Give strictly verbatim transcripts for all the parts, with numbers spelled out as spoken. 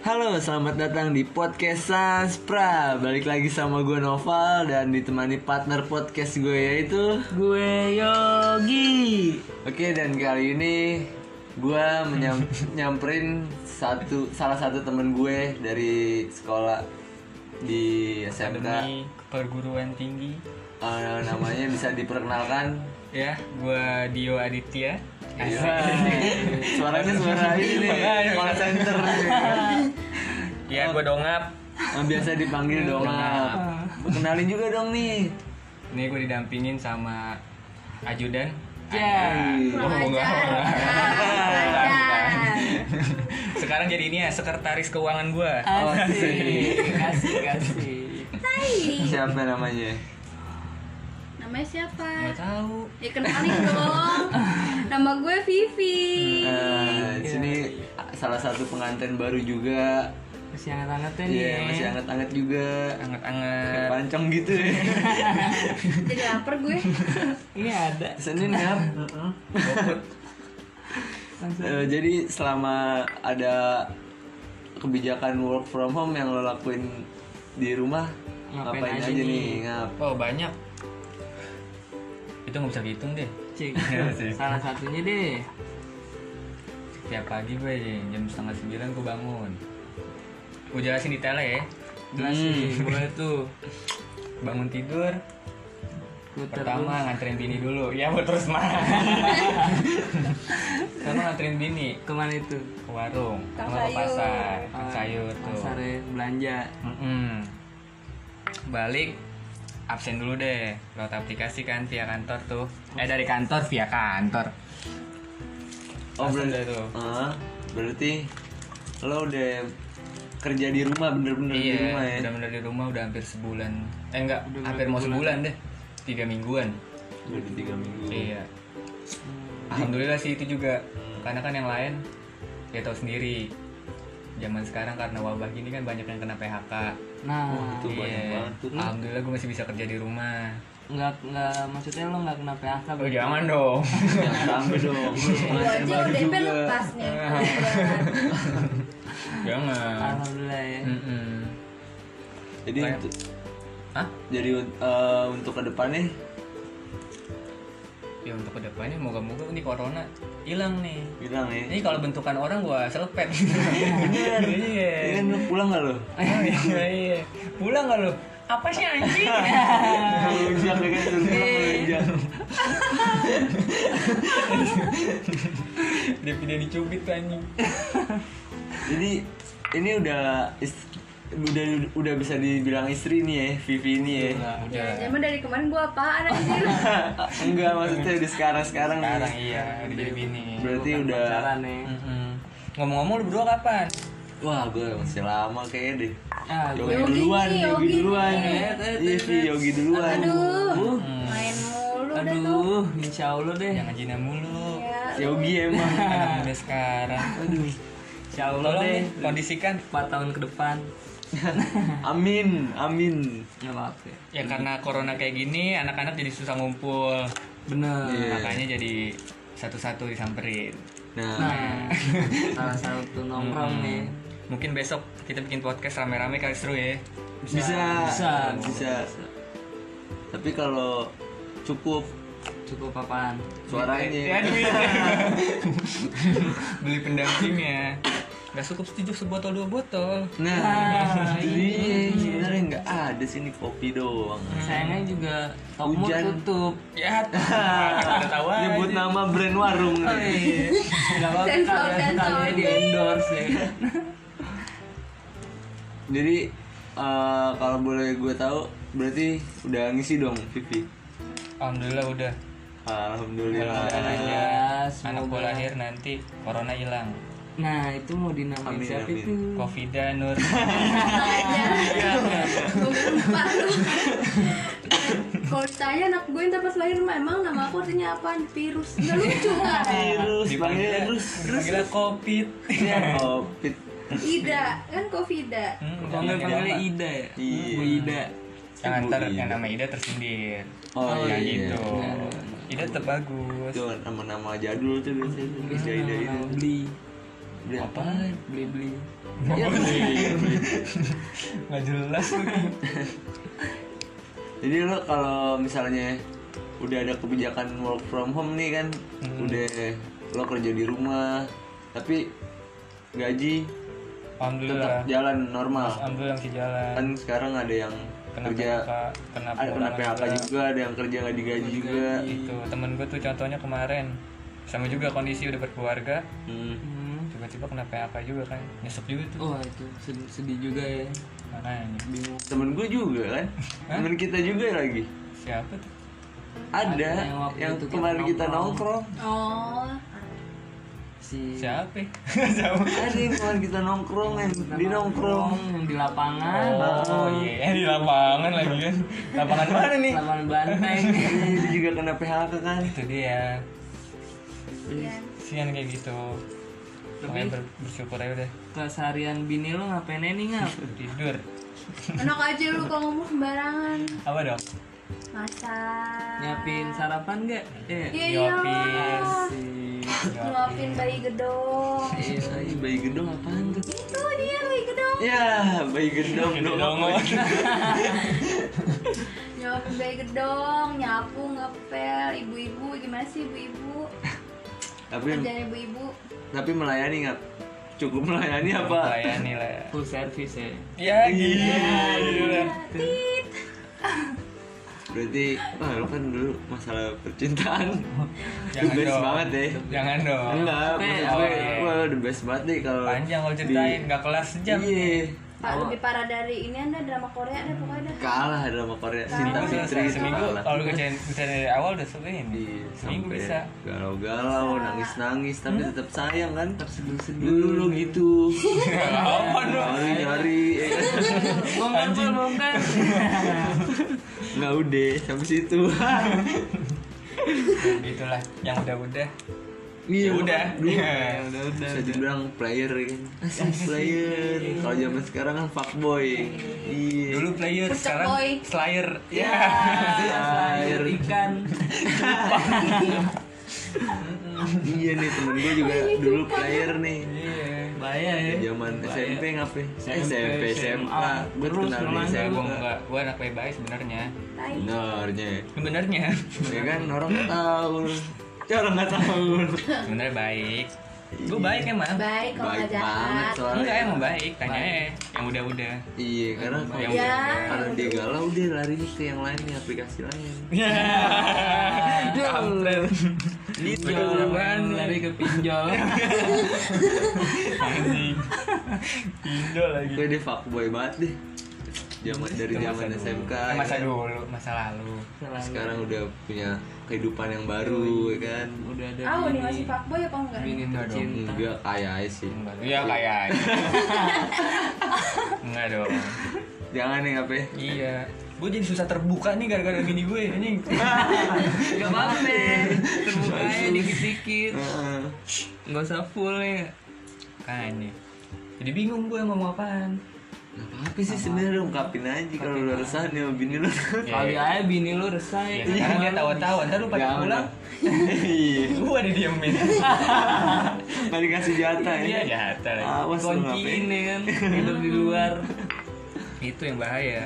Halo, selamat datang di podcast Sanspra. Balik lagi sama gue Noval dan ditemani partner podcast gue yaitu gue Yogi. Oke, dan kali ini gue menyam- nyamperin satu salah satu temen gue dari sekolah di S M K. Akademi Perguruan Tinggi. Uh, namanya bisa diperkenalkan. Ya, gue Dio Aditya. Iya. Suaranya suara ini nih, call center. Ya, gue Dongap. Yang biasa dipanggil Dongap. Kenalin juga dong nih. Ini gue didampingin sama ajudan. Ya, Oh, kurang enggak, ajar. enggak. Kurang ajar. Sekarang jadi ini ya, sekretaris keuangan gue. Oh, Asik, asik, asik. Hai. Siapa namanya? Namanya siapa? Nggak tahu. Ya kenalin dong. Nama gue Vivi. Nah, di sini salah satu pengantin baru juga. Masih hangat-hangatnya nih. Iya, masih hangat-hangat juga. Kayak Anget-anget. pancong gitu ya. Jadi lapar gue. Ini ada. Senin ya. Goput. Eh, jadi selama ada kebijakan work from home yang lo lakuin di rumah, Ngapain ngapain aja aja nih? nih? Ngap. Oh, banyak. Itu nggak bisa dihitung deh. Cik. Asik. Salah satunya deh. Tiap pagi gue jam setengah sembilan gue bangun. Gue jelasin detailnya ya. Jelasin, Hmm. boleh tuh. Bangun tidur. Puter Pertama terus. nganterin bini dulu. Ya mau terus mah. Pertama nganterin bini Kemana itu? ke warung, Kang sama ke sayur. pasar, ke Ah, sayur tuh. Pasar ya, belanja. Mm-mm. Balik absen dulu deh. Lewat aplikasi kan via kantor tuh. Eh dari kantor via kantor. Oh, Langsung berarti, deh tuh. Ah, berarti lo udah kerja di rumah bener-bener di Iya, rumah ya? udah bener di rumah udah hampir sebulan. Eh enggak, Udah hampir berapa mau bulan? sebulan deh. Tiga mingguan. Udah di tiga minggu. Iya. Alhamdulillah sih itu juga. Karena kan yang lain ya tahu sendiri. Zaman sekarang karena wabah gini kan banyak yang kena P H K. Nah, Wah, itu banyak Iya. banget tuh. Alhamdulillah gue masih bisa kerja di rumah. nggak nggak maksudnya lo nggak kena P H K. Oh jangan dong. Jangan sampai dong. Gue Pengantin aja baru O D P juga. lepas nih. Jangan. Alhamdulillah ya. Mm-mm. Jadi Kayak- untuk Hah? jadi eh, untuk kedepannya Ya untuk kedepannya moga-moga nih corona hilang nih. bilang ya. Ini kalau bentukan orang gua selepet. Bener. Iya. Ini kan lo pulang gak lo? Iya, iya. Pulang nggak lo? Apa sih anjing? Melunjak ya kan suruh pulang melunjak. Dia dia dicubit tuh anjing. Jadi ini udah ist- udah udah bisa dibilang istri nih ya, Vivi ini ya. Udah. Emang dari kemarin gue apaan anjir? Enggak, maksudnya di sekarang-sekarang nih. Sekarang iya udah jadi bini. Berarti Bukan udah pacaran nih. Mm-mm. Ngomong-ngomong lu berdua kapan? wah, gue masih lama kayaknya deh. Ah, Yogi gue Yogi duluan, nih, Yogi Yogi duluan. nih. Iya, Vi, Yogi duluan. Aduh, Hmm. main mulu dah tuh. aduh, insya Allah deh. Jangan jina mulu. Ya, Yogi emang. Anak muda sekarang. Aduh, insya Allah Tolong deh. nih, kondisikan. empat tahun ke depan. Amin, amin. Nggak apa-apa ya. Ya karena corona kayak gini, anak-anak jadi susah ngumpul. Bener. Iya. Makanya jadi satu-satu disamperin. Nah, Nah, salah satu nongkrong Hmm. nih. Mungkin besok kita bikin podcast rame-rame kali seru ya. bisa, bisa, bisa. Tapi kalau cukup Cukup apaan? suaranya. Ya, duit. Beli pendampingnya. Gak cukup setuju sebotol dua botol. Nah, Ah, itu iya. dia. Sebenarnya nggak ada sih ini kopi doang. Sayangnya juga Tokmo Hujan. tutup. Ya, udah tahu aja. Nyebut nama brand warung. Oh, iya. Nggak apa-apa Sensor, kalian sensor. kalian di endorse ya. Jadi eh, kalau boleh gue tahu berarti udah ngisi dong Vivi. Alhamdulillah udah. Alhamdulillah. Mudah-mudahan aja Ya, anak semoga. gue lahir nanti corona hilang. Nah, itu mau dinamain Amin, siapa amin. itu? Covida Nur. aja. Gue lupa lu. Kalau ditanya anak gue yang pas lahir mah emang nama aku artinya apa? Virus. Nggak lucu kan? Terus panggilnya terus terus Panggilnya Covid. Covid. Ida kan Covida. Hmm, Panggil jangan panggilnya apa. Ida ya? Iya. Bu Ida. Jangan Bu ntar Ida. yang nama Ida tersindir. Oh, Yang iya. gitu. Benar. Ida tetap bagus. Itu nama-nama jadul tuh biasanya. Ida Ida itu. Nama beli. Beli apaan? Beli-beli. Ya, beli. Nggak jelas lagi. Jadi lo kalau misalnya udah ada kebijakan work from home nih kan, Hmm. udah lo kerja di rumah, tapi gaji tetap Alhamdulillah. jalan normal. Alhamdulillah masih jalan. Kan sekarang ada yang Kena kerja, P H K, kena ada kena P H K pengurangan juga, ada yang kerja nggak digaji juga. Itu temen gue tuh contohnya kemarin sama juga kondisi udah berkeluarga, Hmm. Hmm. tiba-tiba kena P H K juga kan, nyesek juga tuh. Wah itu sedih, sedih juga ya. Makanya Bingung. Temen gue juga kan, Hah? temen kita juga lagi. siapa tuh? Ada Ada yang waktu yang itu kita kemarin kita nongkrong. nongkrong. Oh, Si Siapa? Siapa? Ada yang kemarin kita nongkrong yang di nongkrong. yang di lapangan. Oh iya, di lapangan lagi kan. Lapangan mana nih? Lapangan banteng. Dia juga kena P H K kan. Itu dia. iya. Sian kayak gitu. Makanya ber- bersyukur aja udah Keseharian bini lo ngapain nih ngap? tidur. Enak aja lu kalau ngomong sembarangan. Apa dong? Masak. Nyiapin sarapan nggak? Eh, Iya Nyuapin. iyalah. si Nyuapin bayi gedong. Iya, iya, bayi gendong apaan tuh? Itu dia bayi gedong. Ya, bayi gendong Gede dong. dong. Nyuapin bayi gedong, nyapu, ngepel, ibu-ibu gimana sih ibu-ibu? Tapi Kerjaan ibu-ibu. tapi melayani nggak? Cukup melayani apa? Layani lah. full service ya. Ya gila. Tit. Berarti, wah lo kan dulu masalah percintaan the Jangan best dong. banget deh. Jangan dong. Enggak, Oke, maksud oh, gue, iya. wah the best banget deh kalau Panjang kalau ceritain, nggak kelas sejam. Iya, Pak lebih parah dari ini anda drama Korea deh pokoknya dah. kalah drama Korea. Cinta Seminggu Fitri selesai. itu Seminggu kalah. kalau kerjain bisa dari awal udah selesai. Iya, Seminggu sampai bisa. galau-galau, nangis-nangis, tapi tetap sayang kan? Terseduh-seduh. Dulu lo gitu. Apa dong? Nyari-nyari, ya kan? Bongkar bol, bongkar. Nggak udah sampai situ. Gitulah, yang udah-udah. Iya, udah. Dulu, Ya, udah, udah, bisa dibilang player kan. Asik player. Kalau zaman sekarang kan fuckboy. Iya. Dulu player, Pucuk sekarang boy. slayer. Ya. Air ikan. Iya nih temen gue juga dulu player nih. Iya. Bahaya ya. Zaman S M P ngapain? S M P, S M P, S M A. Gue Terus kenal di kemana S M Gue A. enggak, gue anak baik-baik sebenarnya. Tai. Benernya. Sebenarnya. Ya kan orang nggak tahu. Ya orang nggak tahu. Sebenarnya baik. Gue baik emang. Baik kalau Baik nggak banget jahat. soalnya. Enggak emang baik, tanya aja yang udah-udah. Iya, karena kalau Yang Ya. kalau dia galau dia lari ke yang lain nih, aplikasi lain. Ya. Kampret. Gitu. Bener banget. Lari ke pinjol. Anjing. Indo lagi. Gue dia fuckboy banget deh. Zaman dari Itu zaman masa S M K. dulu. Eh, ya Masa kan? dulu, masa lalu. Sekarang udah punya kehidupan yang baru, ya kan? Udah ada Ah, bini. ini masih fuckboy apa enggak? Bini Enggak dong. tercinta. Enggak kaya aja sih. Iya kayak. Enggak dong. Jangan nih apa? Iya. Gue jadi susah terbuka nih gara-gara bini gue anjing. Gak apa-apa. Terbukanya dikit-dikit. Heeh. Gak usah full ya. Makanya. Jadi bingung gue ngomong apaan. Gak apa-apa sih sebenarnya, ungkapin aja kalau lu resah nih sama bini lu. Kali aja bini lu resah Ya, ya. sekarang dia tawa-tawa, ntar lu pada Jangan pulang. dong. Iya. Gue didiemin. Nggak dikasih jatah Iya, ya. jahat lagi. Awas lu ngapain. Kunciin ya kan. Hidup di luar. Itu yang bahaya.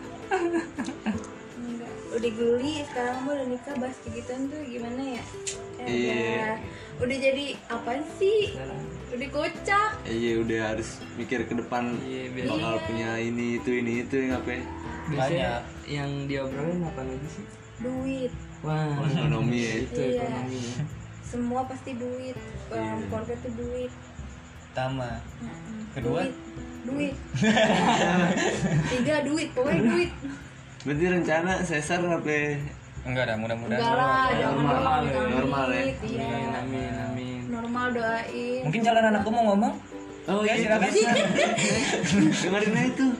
Enggak. Udah geli sekarang mah udah nikah bahas kayak gituan tuh gimana ya? Ya Iya. udah, udah jadi apa sih? Udah kocak. Iya udah harus mikir ke depan Iya, biasa. bakal Iya. punya ini itu ini itu yang ngapain? Biasanya yang diobrolin apa lagi sih? Duit. Wah, Ekonomi ya. itu Iya. ekonomi. Semua pasti duit. Um, keluarga tuh duit. Pertama. Mm-mm. Kedua? Duit. Duit. Tiga duit, pokoknya duit. Berarti rencana sesar apa? Enggak dah, mudah-mudahan. Enggak lah, lo- jangan normal, dong, ya, amit, normal ya. Iya. Amin, amin, amin. Normal doain. Mungkin jalan anakku mau ngomong. Oh Ya, iya, silakan. bisa. Dengerin aja itu.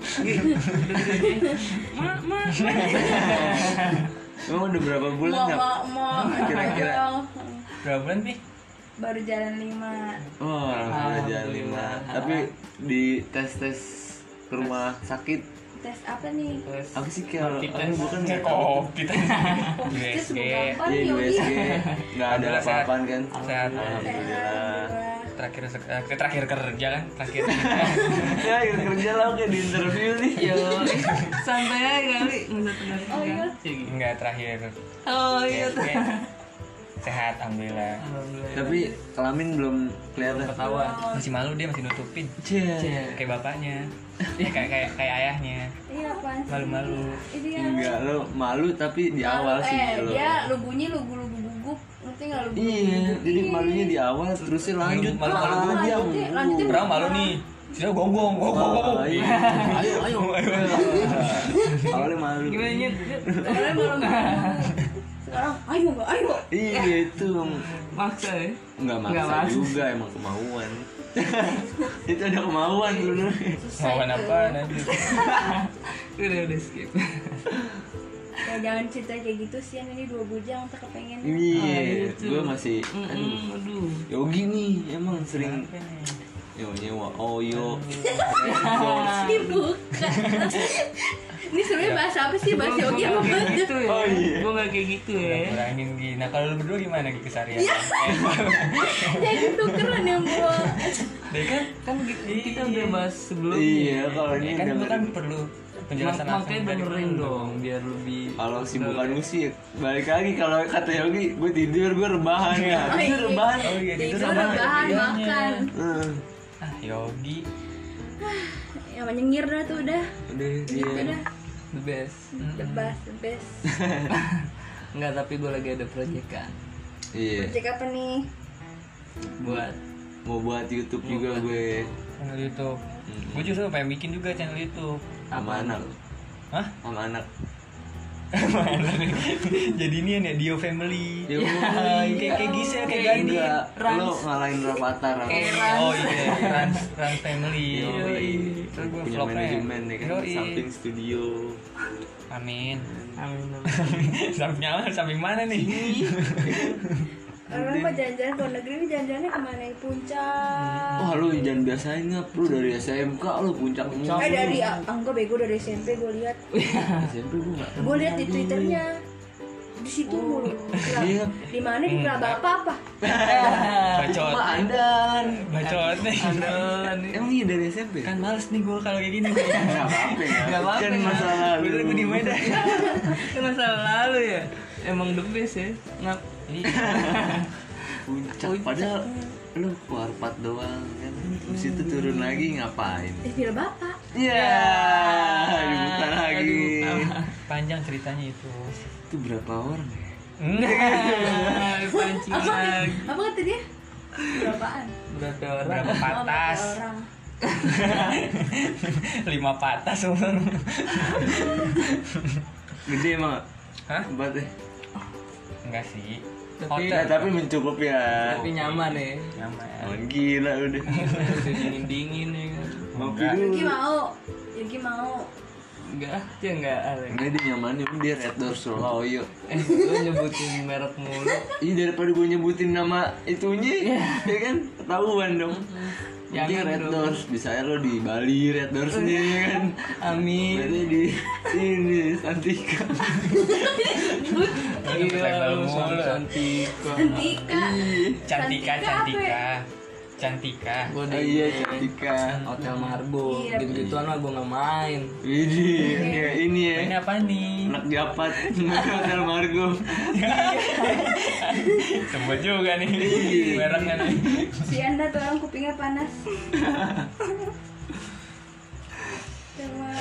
Ma, ma. Emang udah berapa bulan Mau, nggak? mau, mau. Kira-kira. dong. Berapa bulan, Pi? Baru jalan lima. Oh, alhamdulillah jalan lima. Tapi di tes tes ke rumah sakit Tes apa nih? Terus apa sih kalau Rapid oh, test. bukan Kayak nggak tahu. covid aja. Covid U S G. gampang Iya ya U S G udah. nggak ada Alhamdulillah apa-apaan kan? Sehat. Alhamdulillah. terakhir eh, terakhir kerja kan terakhir Ya akhir kerja lah kayak di interview nih. Yo, santai aja kali nggak tenang. Oh iya. enggak terakhir Oh iya. Kayak- kayak sehat alhamdulillah. Alhamdulillah. Tapi kelamin belum kelihatan. ketahuan. Masih malu dia masih nutupin Cie. kayak bapaknya kayak kayak kayak, kayak ayahnya Iya apaan sih? malu-malu. Itu yang Enggak, lo malu tapi di awal sih eh, lo. dia lugunya lugu-lugu gugup, ngerti nggak lugu? Iya, jadi malunya di awal terusnya lanjut. Malu-malu Ah, lanjutin, dia lanjutin. Berang malu nih sudah gonggong gonggong gonggong. Oh, iya. Ayo, ayo. Awalnya malu. Gimana nyet? Soalnya malu-malu. Sekarang ayo nggak ayo. Iya itu Maksa ya? nggak Nggak maksa maksa. juga emang kemauan. Itu ada kemauan sebenarnya. Mauan apa nanti Udah udah skip. Ya jangan cerita kayak gitu sih, ini dua bujang tak kepengen. Iya, gitu. gue masih aduh. Mm, aduh. Yogi nih emang sering Apa nih? yo nyewa Oyo. Ih, bukan. Ini sebenarnya bahasa apa sih? Bahasa Gua- Yogi gua apa nggak kayak bahasa? gitu ya. Oh, iya. Gue nggak kayak gitu ya. Kurangin gini. Nah kalau lu berdua gimana gitu keseharian? Iya. Jadi tukeran yang gua. Deh kan Kan kita, kita udah bahas sebelumnya. Iya, kalau ini ya kan lu dengerin. kan perlu penjelasan Mak- langsung makanya dari dengerin lu. dong biar lebih. Kalau sibukan musik balik lagi kalau kata Yogi gue tidur gue rebahan ya. Oh, Tidur iya. rebahan. Oh iya Tidur, tidur sama rebahan, dianya. makan. Eh, Ah Yogi Yang menyengir dah tuh udah. udah Gitu dia. dah. The best. The best, the best. Enggak, tapi gue lagi ada project kan. Iya. Cek apa nih? Buat Mau buat YouTube juga gue channel YouTube. Hmm. Gue justru pengen bikin juga channel YouTube. sama anak. Hah? Sama anak. Mana nih? Jadi ini ya Dio Family. Dio Ya, Family. kayak kayak Gisel kayak Kayak Gandhi. Enggak, Rans. lo ngalahin Rafathar. Kayak Oh iya, Rans Rans Family. Yoi. Terus gue Punya vlognya. manajemen ya kan, Yoi. samping studio. Amin. amin amin. Samping apa? Samping mana nih? Orang mah jalan-jalan ke luar negeri ini jalan-jalannya kemana? Puncak. Wah lu jangan biasain ngap, lu dari S M K lu puncak mulu. Eh dari ah, enggak bego dari S M P gue lihat. S M P gue nggak. Gue lihat di Twitternya. Di situ mulu. Iya. Di mana di Kera Bapak apa? Bacot. Wah andan. Bacot nih. Andalan nih. Emang iya dari S M P? Kan males nih gue kalau kayak gini. Nggak apa-apa ya. Nggak apa-apa, Kan ya. masa lalu. Bener gue di Medan. Kan masa lalu ya. Emang the best ya. Ngap. Puncak. Padahal lu warpat doang kan. Terus itu turun lagi ngapain? Di Villa Bapak. Iya. Dibuka lagi. Panjang ceritanya itu. Itu berapa orang ya? Nah, pancing Apa? lagi. Apa kata dia? Berapaan? Berapa orang? Berapa Oh, berapa patas? orang? Lima patas semua. Gede emang nggak? Hah? Empat ya? Enggak sih. Tapi- Ya, tapi mencukupi ya. Tapi nyaman ya. Nyaman. Oh, gila udah. Udah dingin dingin ya kan. Ngopi Enggak. dulu. Yogi mau. Yogi mau. Enggak aja enggak Ale. Enggak dia nyamanin dia Red Doors Soloyo. Eh, lu nyebutin merek mulu. Iya daripada gue nyebutin nama itunya, ya kan ketahuan dong. Yang Jangan Red dong. Doors, misalnya lo di Bali Red Doors nih ya kan. Amin. Berarti di ini Santika. Iya, lu mulu. Santika. Cantika. Cantika, Cantika apa Cantika. Cantika. Gua Oh di iya Cantika. Hotel Margo. Iya. Gitu-gituan mah gua enggak main. Widih, kayak ini ya. Ini apa nih? Anak japat Hotel Margo. Sebut juga nih. Mereknya nih. Si Anda tuh orang kupingnya panas. Sama.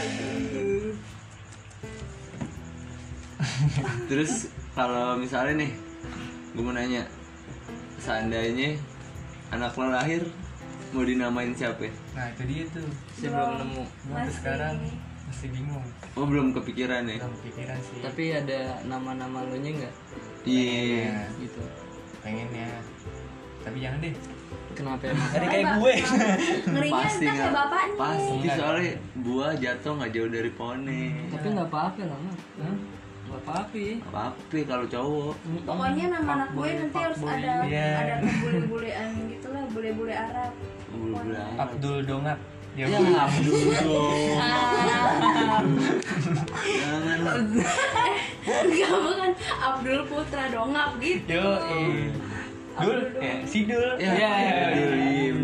Terus kalau misalnya nih, gue mau nanya, seandainya anak lo lahir mau dinamain siapa? Ya? Nah itu dia tuh. Saya belum nemu. Gue sampai sekarang masih bingung. Oh belum kepikiran ya? Belum pikiran sih. Tapi ada nama-nama lo nya enggak? Iya. Gitu. Pengennya. Tapi jangan deh. Kenapa emang? Tadi kayak gue. Ngerinya Pasti entah kayak nggak? bapaknya. Pasti Enggak. soalnya buah jatuh nggak jauh dari pohonnya. Tapi enggak apa-apa lah, Mak. Hah? Enggak apa-apa ya. Apa kalau cowok? Pokoknya nama anak gue Fuckboy, nanti harus fuckboy. ada Iya. ada kebule-bulean gitu lah, bule-bule Arab. Bulu-bulu Arab. Abdul Dongap. Dia Ya Abdul dong. Jangan lah. Enggak bukan Abdul Putra Dongap gitu. Yo, eh. Dul, ya, si Dul. Ya, Ya, Abdul.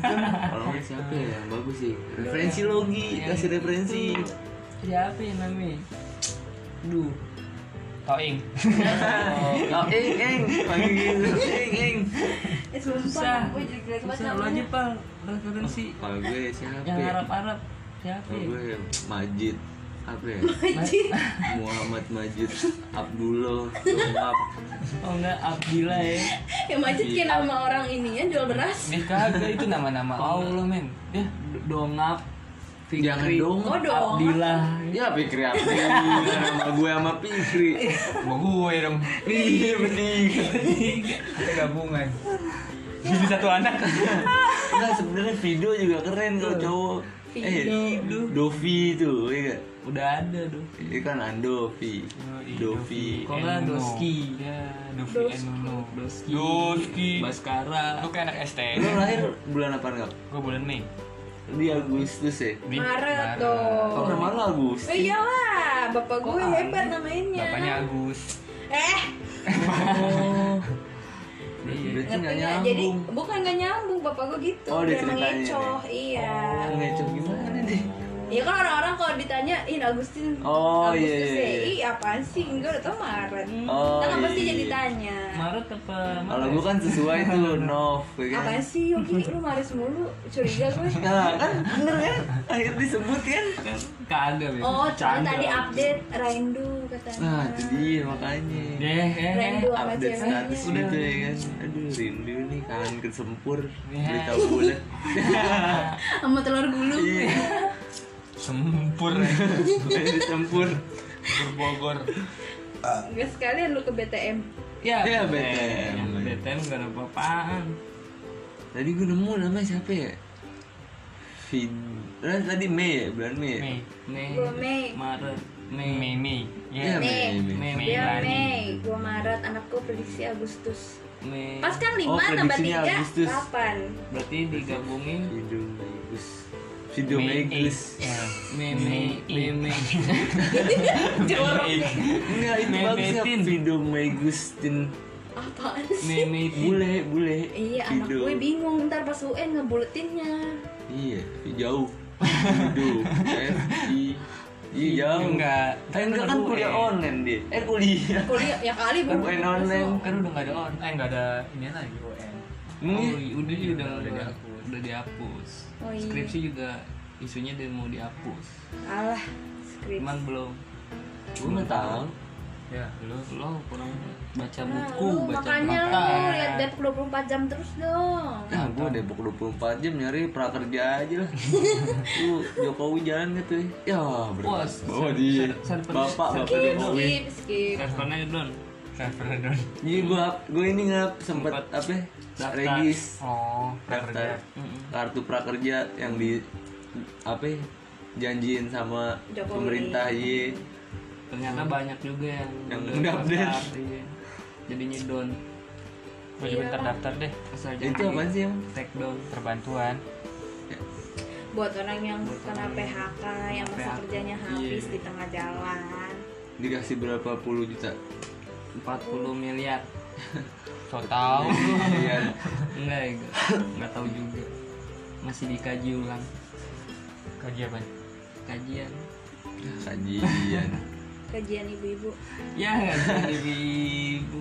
Kalau nggak siapa ya yang bagus sih? Referensi logi, kasih referensi. Siapa ya namanya? Duh. Toing. Oh, eng eng, panggil gitu, eng eng. Eh sumpah, Susah. gue jadi jelek banget Susah lo aja namanya. pal referensi Kalau gue siapa? yang ya? Arab-Arab. Siapa Kalau ya? gue Majid, apa ya? Majid. Muhammad Majid Abdullah lengkap. Oh enggak, Abdillah ya. Ya Majid kayak nama orang ininya jual beras. Dia kagak itu nama-nama Allah men. Ya, D- Dongap. Jangan Fikri, dong. Oh dong. Abdillah. Ya Fikri Abdi, nama gue sama Fikri. sama gue dong. Iya bening. Kita gabungan. Jadi satu anak. Enggak sebenarnya video juga keren kalau cowok. Eh, Video. Dovi itu, iya gak? Udah ada dong. Ini kan Andovi, Dovi. Kok nggak Enuno. Doski? Ya, Dovi Doski. Enuno. Doski. Doski. Baskara. Lu kayak anak S T. Lu lahir bulan apa enggak? Gue bulan Mei. Di Agustus ya? Di Maret dong. Oh, nama lu Agustus. Eh iyalah, bapak gue Kok hebat namainnya. Bapaknya Agus. Eh, Oh. Iya. Berarti nggak ngerti nggak? Jadi nyambung. bukan nggak nyambung, bapak gue gitu. Oh, dia dia emang ceritanya ngecoh, iya. Ngecoh gimana deh? Ya kan orang-orang kalau ditanya, ih Agustin, Oh, Agustus iya, iya, ya, iya. ih apaan sih? Enggak udah tau Maret. Oh, Nah, kan iya, pasti iya. jadi tanya. Maret apa? Kalau gue kan sesuai tuh Nov, ya kan? Apaan sih Yogi, lu Maret mulu, curiga gue. Nah, kan bener kan? Akhir disebut kan? Kagak ya. Oh, Canda. tadi update Raindu katanya. Nah, itu dia makanya. Deh, eh. Raindu sama Update status ceweknya. gitu ya kan. Aduh, rindu nih kangen ke Sempur. Ya. Berita bulan. Sama telur gulung. Iya. Sempur. Di Sempur. Berbogor. Enggak sekalian lu ke B T M. Ya, Ya, B T eh, M. B T M gak ada apa-apaan. Tadi gue nemu namanya siapa ya? Vid. Nah, tadi Mei ya, bulan Mei. ya? Mei. Mei, Gua Mei. Maret, Mei, Mei Mei. Iya, Ya. Mei. Mei. Mei. Mei, Dia lagi. Mei, gua Maret, anakku prediksi Agustus. Mei. Pas kan Oh, lima tambah prediksinya tiga Agustus. kapan? Berarti digabungin Video Megus. Video Mei Megus. Ya. Mei, Mei, Mei, Mei. Jorok. Enggak, itu Mei bagusnya Betin. Video Megustin. Apaan Mei, sih? Mei. Bule, bule. Iya, anak Video. gue bingung ntar pas U N ngebuletinnya. Iya, jauh. Video. F I. Iya, jauh. Enggak. Eh, enggak kan kuliah online dia. Eh, kuliah. Kuliah ya kali Kan belum. main online. Kan udah enggak ada on. Eh enggak ada ini lagi U N. Hmm. Oh, udah udah udah Udah dihapus. Udah dihapus. Oh, iya. Skripsi juga isunya dia mau dihapus. Alah, skrip. Cuman belum. Gue nggak tahu. Ya, lu Lo kurang baca Nah, buku, lu baca makanya lu berita. lihat Depok dua puluh empat jam terus dong. Nah, gue Depok dua puluh empat jam nyari prakerja aja lah. Tuh, Jokowi jalan gitu ya. Ya, Wah, berat. Bawa ser- dia. ser- server- Bapak, bapak Skip, Jokowi. skip, skip. Servernya don. server don. Jadi gue gue ini ngap sempet Sempet apa? ya? daftar. Regis Oh, daftar kerja. Mm-mm. kartu prakerja yang di apa? ya, janjiin sama Jokowi. pemerintah iya. Ternyata banyak juga yang Yang udah udah update. daftar, iya. Jadinya don. Gue juga ntar daftar deh. Asal Itu jadi apaan sih, Em? take down. Perbantuan. Buat orang yang Buat kena orang P H K yang masa P H K. kerjanya habis Iya. di tengah jalan. Dikasih berapa puluh juta? empat puluh miliar. So tau lu. Iya. Enggak, enggak. Enggak tahu juga. Masih dikaji ulang Kerja apa? kajian. Kajian. Kajian ibu-ibu. Ya, enggak jadi ibu.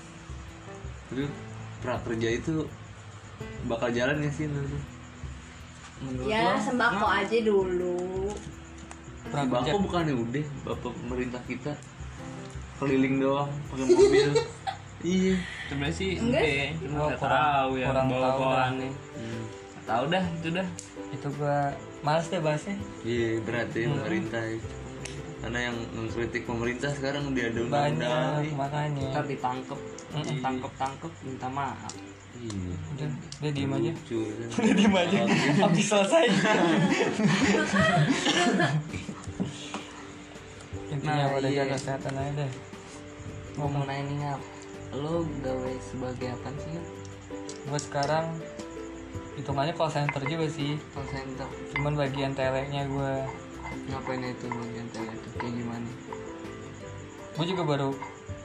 Terus prakerja itu bakal jalan ya sih menurut lu? Menurut Ya, lo? sembako Nah, aja dulu. Prakerja. Sembako bukannya udah bapak pemerintah kita keliling doang pakai mobil. Iya. sebenarnya sih Enggak. enggak, cuma Oh, enggak kurang- tahu ya kurang tahu bawa-bawaannya. Hmm. Tahu dah, itu dah. Itu gua males deh bahasnya. Iya berat ya pemerintah ya. Karena yang mengkritik pemerintah sekarang udah ada undang-undang. Banyak nih. makanya. Ntar ditangkep, Mm-mm. tangkep-tangkep minta maaf. Iya. Udah, dia diem aja. Lucu kan. Udah diem aja. Habis selesai. Intinya Nah, pada iya. jaga kesehatan aja deh. Ngomong nanya nih ngap, lo gawe sebagai apa sih ya? Gua sekarang hitungannya call center juga sih. Call center. Cuman bagian telenya gua. Ngapain itu bagian tele itu kayak gimana? Gua juga baru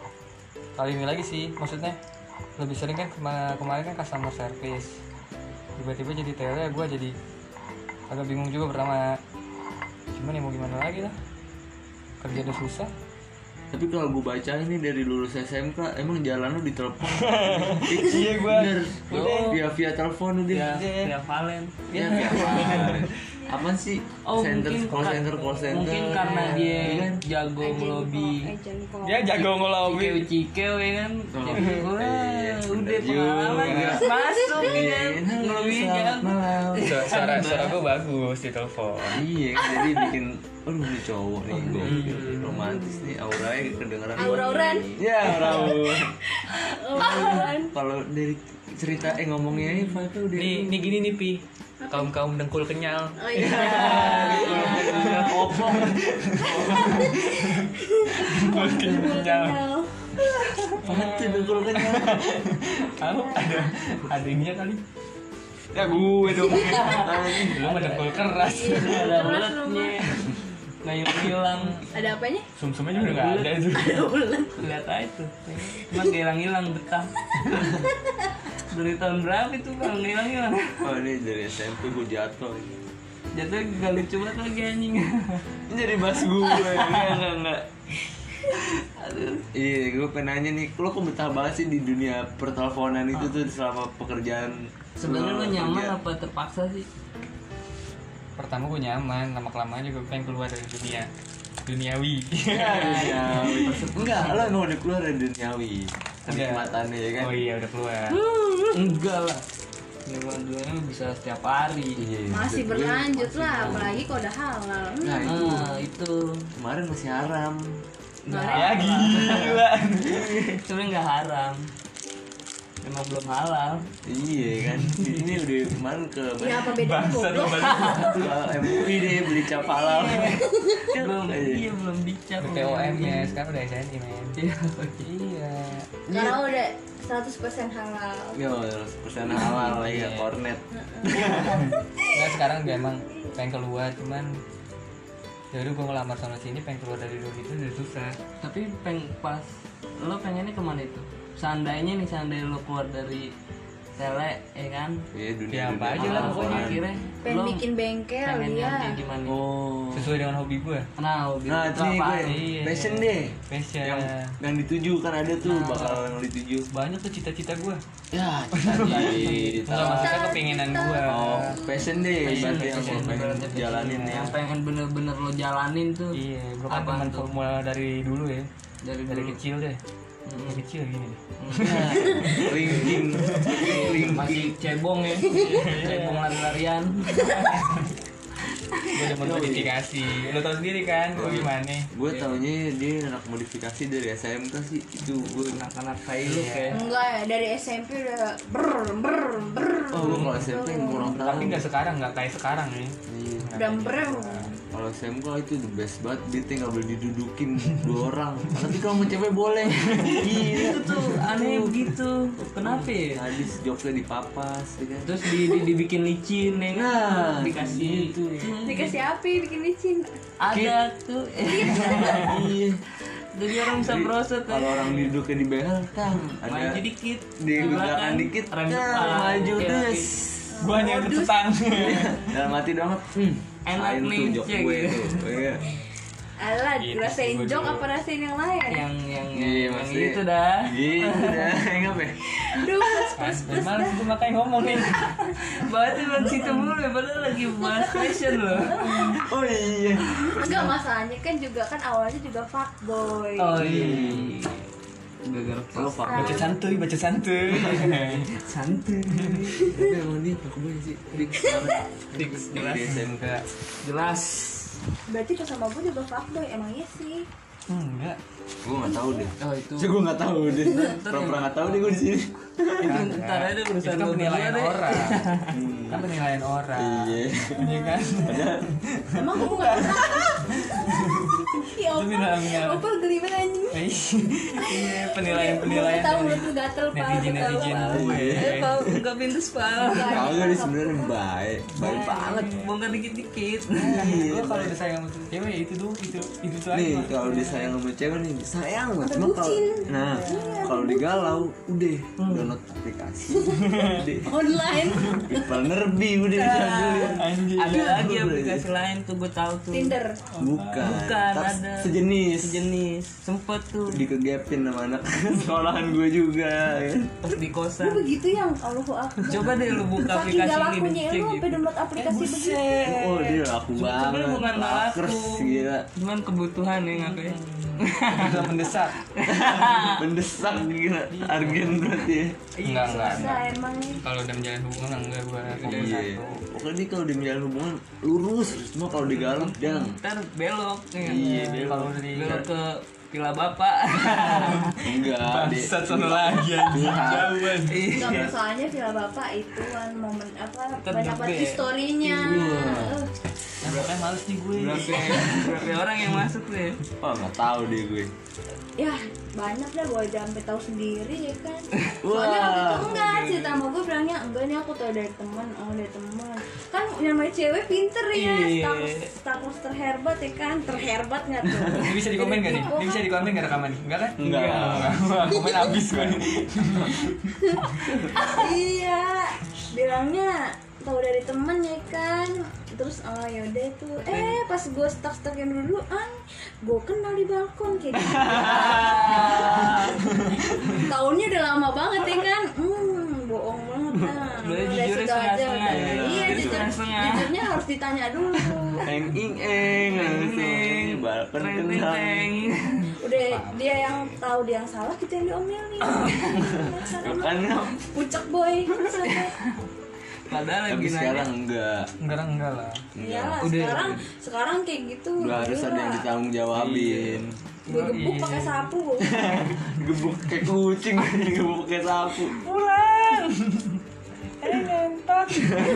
kali ini lagi sih. Maksudnya lebih sering kan kema- kemarin kan customer service. tiba-tiba jadi tele gue jadi agak bingung juga pertama, cuman ya mau gimana lagi lah, kerja udah susah. Tapi kalau gue baca ini dari lulus S M K emang jalan lu ditelepon. Iya gue Udah via via telepon udah. Ya, Udah. ya Valen. Ya via Valen. Apaan sih? Oh, center, mungkin call ka- center, call center. Mungkin karena dia Iya kan? jago Agent ngelobi call, agent call. dia jago ngelobi. cikew-cikew ya kan. Oh, Jadi wah, iya, udah bener pengalaman juga. terus masuk ya Iya, kan. halo, Ngelobi selamat kan. malam. Suara suara, suara gue bagus di telepon. Iya, jadi bikin aduh nih cowok nih gue romantis nih auranya kedengeran. Aura-auran. Ya, aura. Auran. Kalau dari cerita eh ngomongnya ini vibe udah. Nih, nih gini nih Pi, kaum kaum dengkul kenyal. Oh iya. Opong. Dengkul kenyal. Apaan tuh dengkul kenyal? Tahu ada ada ininya kali. Ya gue dong. Lu mah dengkul keras. Ada Keras lu, uletnya. Nah, yang hilang. Ada apanya? Sumsumnya juga nggak ada itu. Ada ulat. Lihat aja tuh. Cuma hilang-hilang betah. Dari tahun berapa itu bang hilang-hilang? Oh ini dari S M P gue jatuh. Jatuhnya gak lucu banget lagi anjing. Ini jadi bahas gue. Enggak enggak enggak. Aduh. Iya, gue pengen nanya nih, lo kok betah banget sih di dunia perteleponan itu tuh selama pekerjaan? Sebenarnya lo selama nyaman kerja? apa terpaksa sih? Pertama gue nyaman, lama kelamaan juga pengen keluar dari dunia duniawi. Ya, duniawi. Enggak, lo emang udah keluar dari duniawi. Kenikmatannya ya kan? Oh iya udah keluar. Enggak lah. Nyaman duanya bisa setiap hari. Iya, Masih maksud gue berlanjut masih lah, mau. apalagi kalau udah halal. Nah itu Ah, itu. kemarin masih haram. Kemarin- Ya gila. Sebenarnya nggak haram. Memang belum halal. Iya kan? Ini udah kemarin ke Ya apa bedanya goblok? M U I deh beli cap halal. belum Iya. iya belum dicap. T O M ya, sekarang udah S N I men. Iya. Iya. Karena udah seratus persen halal. Yo, persen halal ya kornet. Nah sekarang gue emang pengen keluar, cuman ya udah gue ngelamar sana sini pengen keluar dari dulu itu udah susah. Tapi peng pas lo pengennya kemana itu? Seandainya nih seandainya lo keluar dari tele, ya kan? Iya dunia. Ya, apa dunia aja lah halal. pokoknya. Akhirnya Pengen lo bikin bengkel pengennya ya. kayak gimana? Oh. Sesuai dengan hobi gue. Nah, hobi Nah, lo itu nih gue apaan? Iya. passion deh. Passion. Yang yang dituju kan ada tuh Nah. bakal yang dituju. Banyak tuh cita-cita gue. Ya, tadi. Enggak maksudnya kepinginan gue. Oh, passion deh. Passion, Berarti yang passion, lo pengen ibaratnya passion. jalanin ya. Yang pengen bener-bener lo jalanin tuh. Iya, gue kan Apaan teman tuh? formula dari dulu ya. Dari Dari dulu. kecil deh. Hmm. Dari kecil gini deh. Linking, linking. Masih cebong ya. Cebong lari-larian. Gue udah modifikasi. Lo tau sendiri kan, gue gimana? Gue taunya dia anak modifikasi dari S M K sih. Itu gue. Anak-anak kayak lu Iya. kayak. Enggak ya, dari S M P udah ber ber ber. Oh, gue kalau S M P kurang tahu. Tapi nggak sekarang, nggak kayak sekarang nih. Iya. Udah ber. Kalau S M K itu the best banget, dia tinggal boleh didudukin dua orang. Tapi kalau mau cewek boleh. Gila Itu tuh aneh begitu. Kenapa ya? Habis joknya dipapas, ya kan? Terus di, di- dibikin licin ya kan? Nah, dikasih gitu. Dikasih api bikin licin. ada tuh. Iya. Jadi orang bisa merosot kan. Kalau orang duduknya di behel, Kang, Maju ada dikit di belakang dikit, rem Kang, depan. maju Oke, des. oke. Gue hanya setang. Dalam hati doang, hmm, Enak rasain nih, tuh jok cek gue gitu. tuh. Iya. Alah, Gitu rasain sih gua jok dulu. apa rasain yang lain? yang yang Iya, yang maksudnya- itu dah. Gitu dah, enggak apa? Aduh, plus Kan, plus plus males dah. itu makanya ngomong nih. Berarti buat situ mulu ya, padahal lagi bahas fashion loh. Oh iya. Enggak, masalahnya kan juga kan awalnya juga fuckboy. Oh iya. Gara-gara Lo fuck Baca santuy, baca santuy. santai. Tapi emang dia fuck boy sih. Dik sekarang. Dik, Di S M K. Jelas. Berarti pas sama gue juga fuckboy, emang iya sih. Enggak. Gue nggak tahu deh. Oh itu. Gue nggak tahu deh. Pernah nggak tahu deh gue di sini. Itu ntar aja Itu urusan kan lo penilaian berdua deh. orang. Kan penilaian orang. Iya. Iya kan? Ada Emang gue nggak pernah. Iya, Itu final-final. Opal geli banget anjing. Iya, penilaian-penilaian Gue tahu dari lu tuh gatel Pal. netizen-netizen gue. Eh, Pal, enggak pintus, Pal. Kagak dia sebenarnya baik, baik banget. Bongkar dikit-dikit. Gue kalau udah sayang sama cewek ya itu dong, itu itu tuh Nih aja. kalau dia sayang sama cewek nih sayang banget. Sampai Cuma kalau bucin. nah kalau digalau udah download aplikasi. Udah Online people nerbi udah bisa dulu. Anjir. Ada lagi Bro, aplikasi lain tuh gue tahu tuh. Tinder. Bukan. Bukan, Tas ada. sejenis. Sejenis. Sempet tuh Dikegepin sama anak sekolahan gue juga ya. pas di Lu kosan. begitu yang Allahu Akbar. Coba deh lu buka Saking aplikasi gak ini lakunya deh, lu cek sampai gitu. download aplikasi begitu. Oh dia laku banget. Sebenarnya bukan gak Lakers, laku. gila. Cuman kebutuhan ya ngakunya. Bisa mendesak. Mendesak gila. Argen berarti ya. Enggak, enggak. Susah emang nih. Kalau udah menjalin hubungan enggak gue fokus Iya. satu. Pokoknya dia kalau dia menjalin hubungan lurus, semua kalau digalau dang. Ntar belok ya. Iya, belok. Kalau udah di Belok ke Villa Bapak. Enggak, dia. bangsat sono lagi anjing. Jauhan. Enggak masalahnya Villa Bapak itu kan momen apa Tetep banyak banget gede. historinya. Wah. Eh, Nah, pokoknya males nih gue. Berapa berapa orang yang masuk tuh ya? Oh nggak tahu deh gue. ya banyak dah gue aja sampai tahu sendiri ya kan. Wah. Soalnya waktu itu enggak cerita sama gue bilangnya enggak nih aku tahu dari teman, oh dari teman. Kan yang namanya cewek pinter ya, Iya. status status terhebat ya kan, terhebat nggak tuh? Ini bisa dikomen nggak nih? Jadi, Ini bisa dikomen nggak rekaman nih? Enggak kan? Enggak. Enggak. Komen abis gue nih. Iya, bilangnya tahu dari temen ya kan. Terus oh yaudah tuh, eh pas gue stuck stuck yang dulu an, gue kenal di balkon kayak gitu. Tahunnya udah lama banget ya kan, hmm bohong banget lah. Udah Udah jujurnya situ aja setengah-setengah udah. ya. Iya jujur, Setengah-setengah. jujurnya harus ditanya dulu. Eng ing eng langsung balkon kenal. Teng. Udah dia yang tahu dia yang salah, kita yang diomelin. Bukan ngap. Pucak boy. Padahal Tapi lagi sekarang nanya. enggak. Enggak enggak lah. Iya, Udah. sekarang sekarang kayak gitu. Udah harus ada yang ditanggung jawabin. Gue gebuk pakai sapu. Gebuk kayak kucing, gebuk kayak sapu. Pulang. Eh ngentot.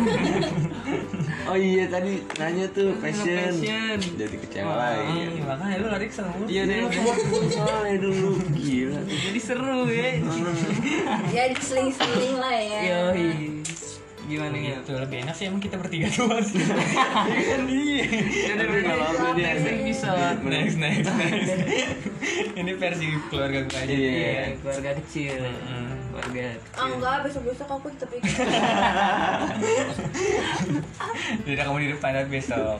Oh iya tadi nanya tuh passion. Passion. Jadi kecewa lagi. Iya, makanya lu lari ke sana mulu. Iya deh. Soalnya dulu gila. Jadi seru ya. Ya diseling-seling lah ya. Yoi. Gimana ya? Itu lebih enak sih emang kita bertiga doang sih. Kan iya. Tapi nggak apa-apa dia. Next episode. Next next next. Ini versi keluarga gue aja. Iya. Iya, keluarga kecil. Mm. Keluarga Ah, kecil. enggak, besok-besok aku tetap ikut. Tidak kamu di depan nanti besok.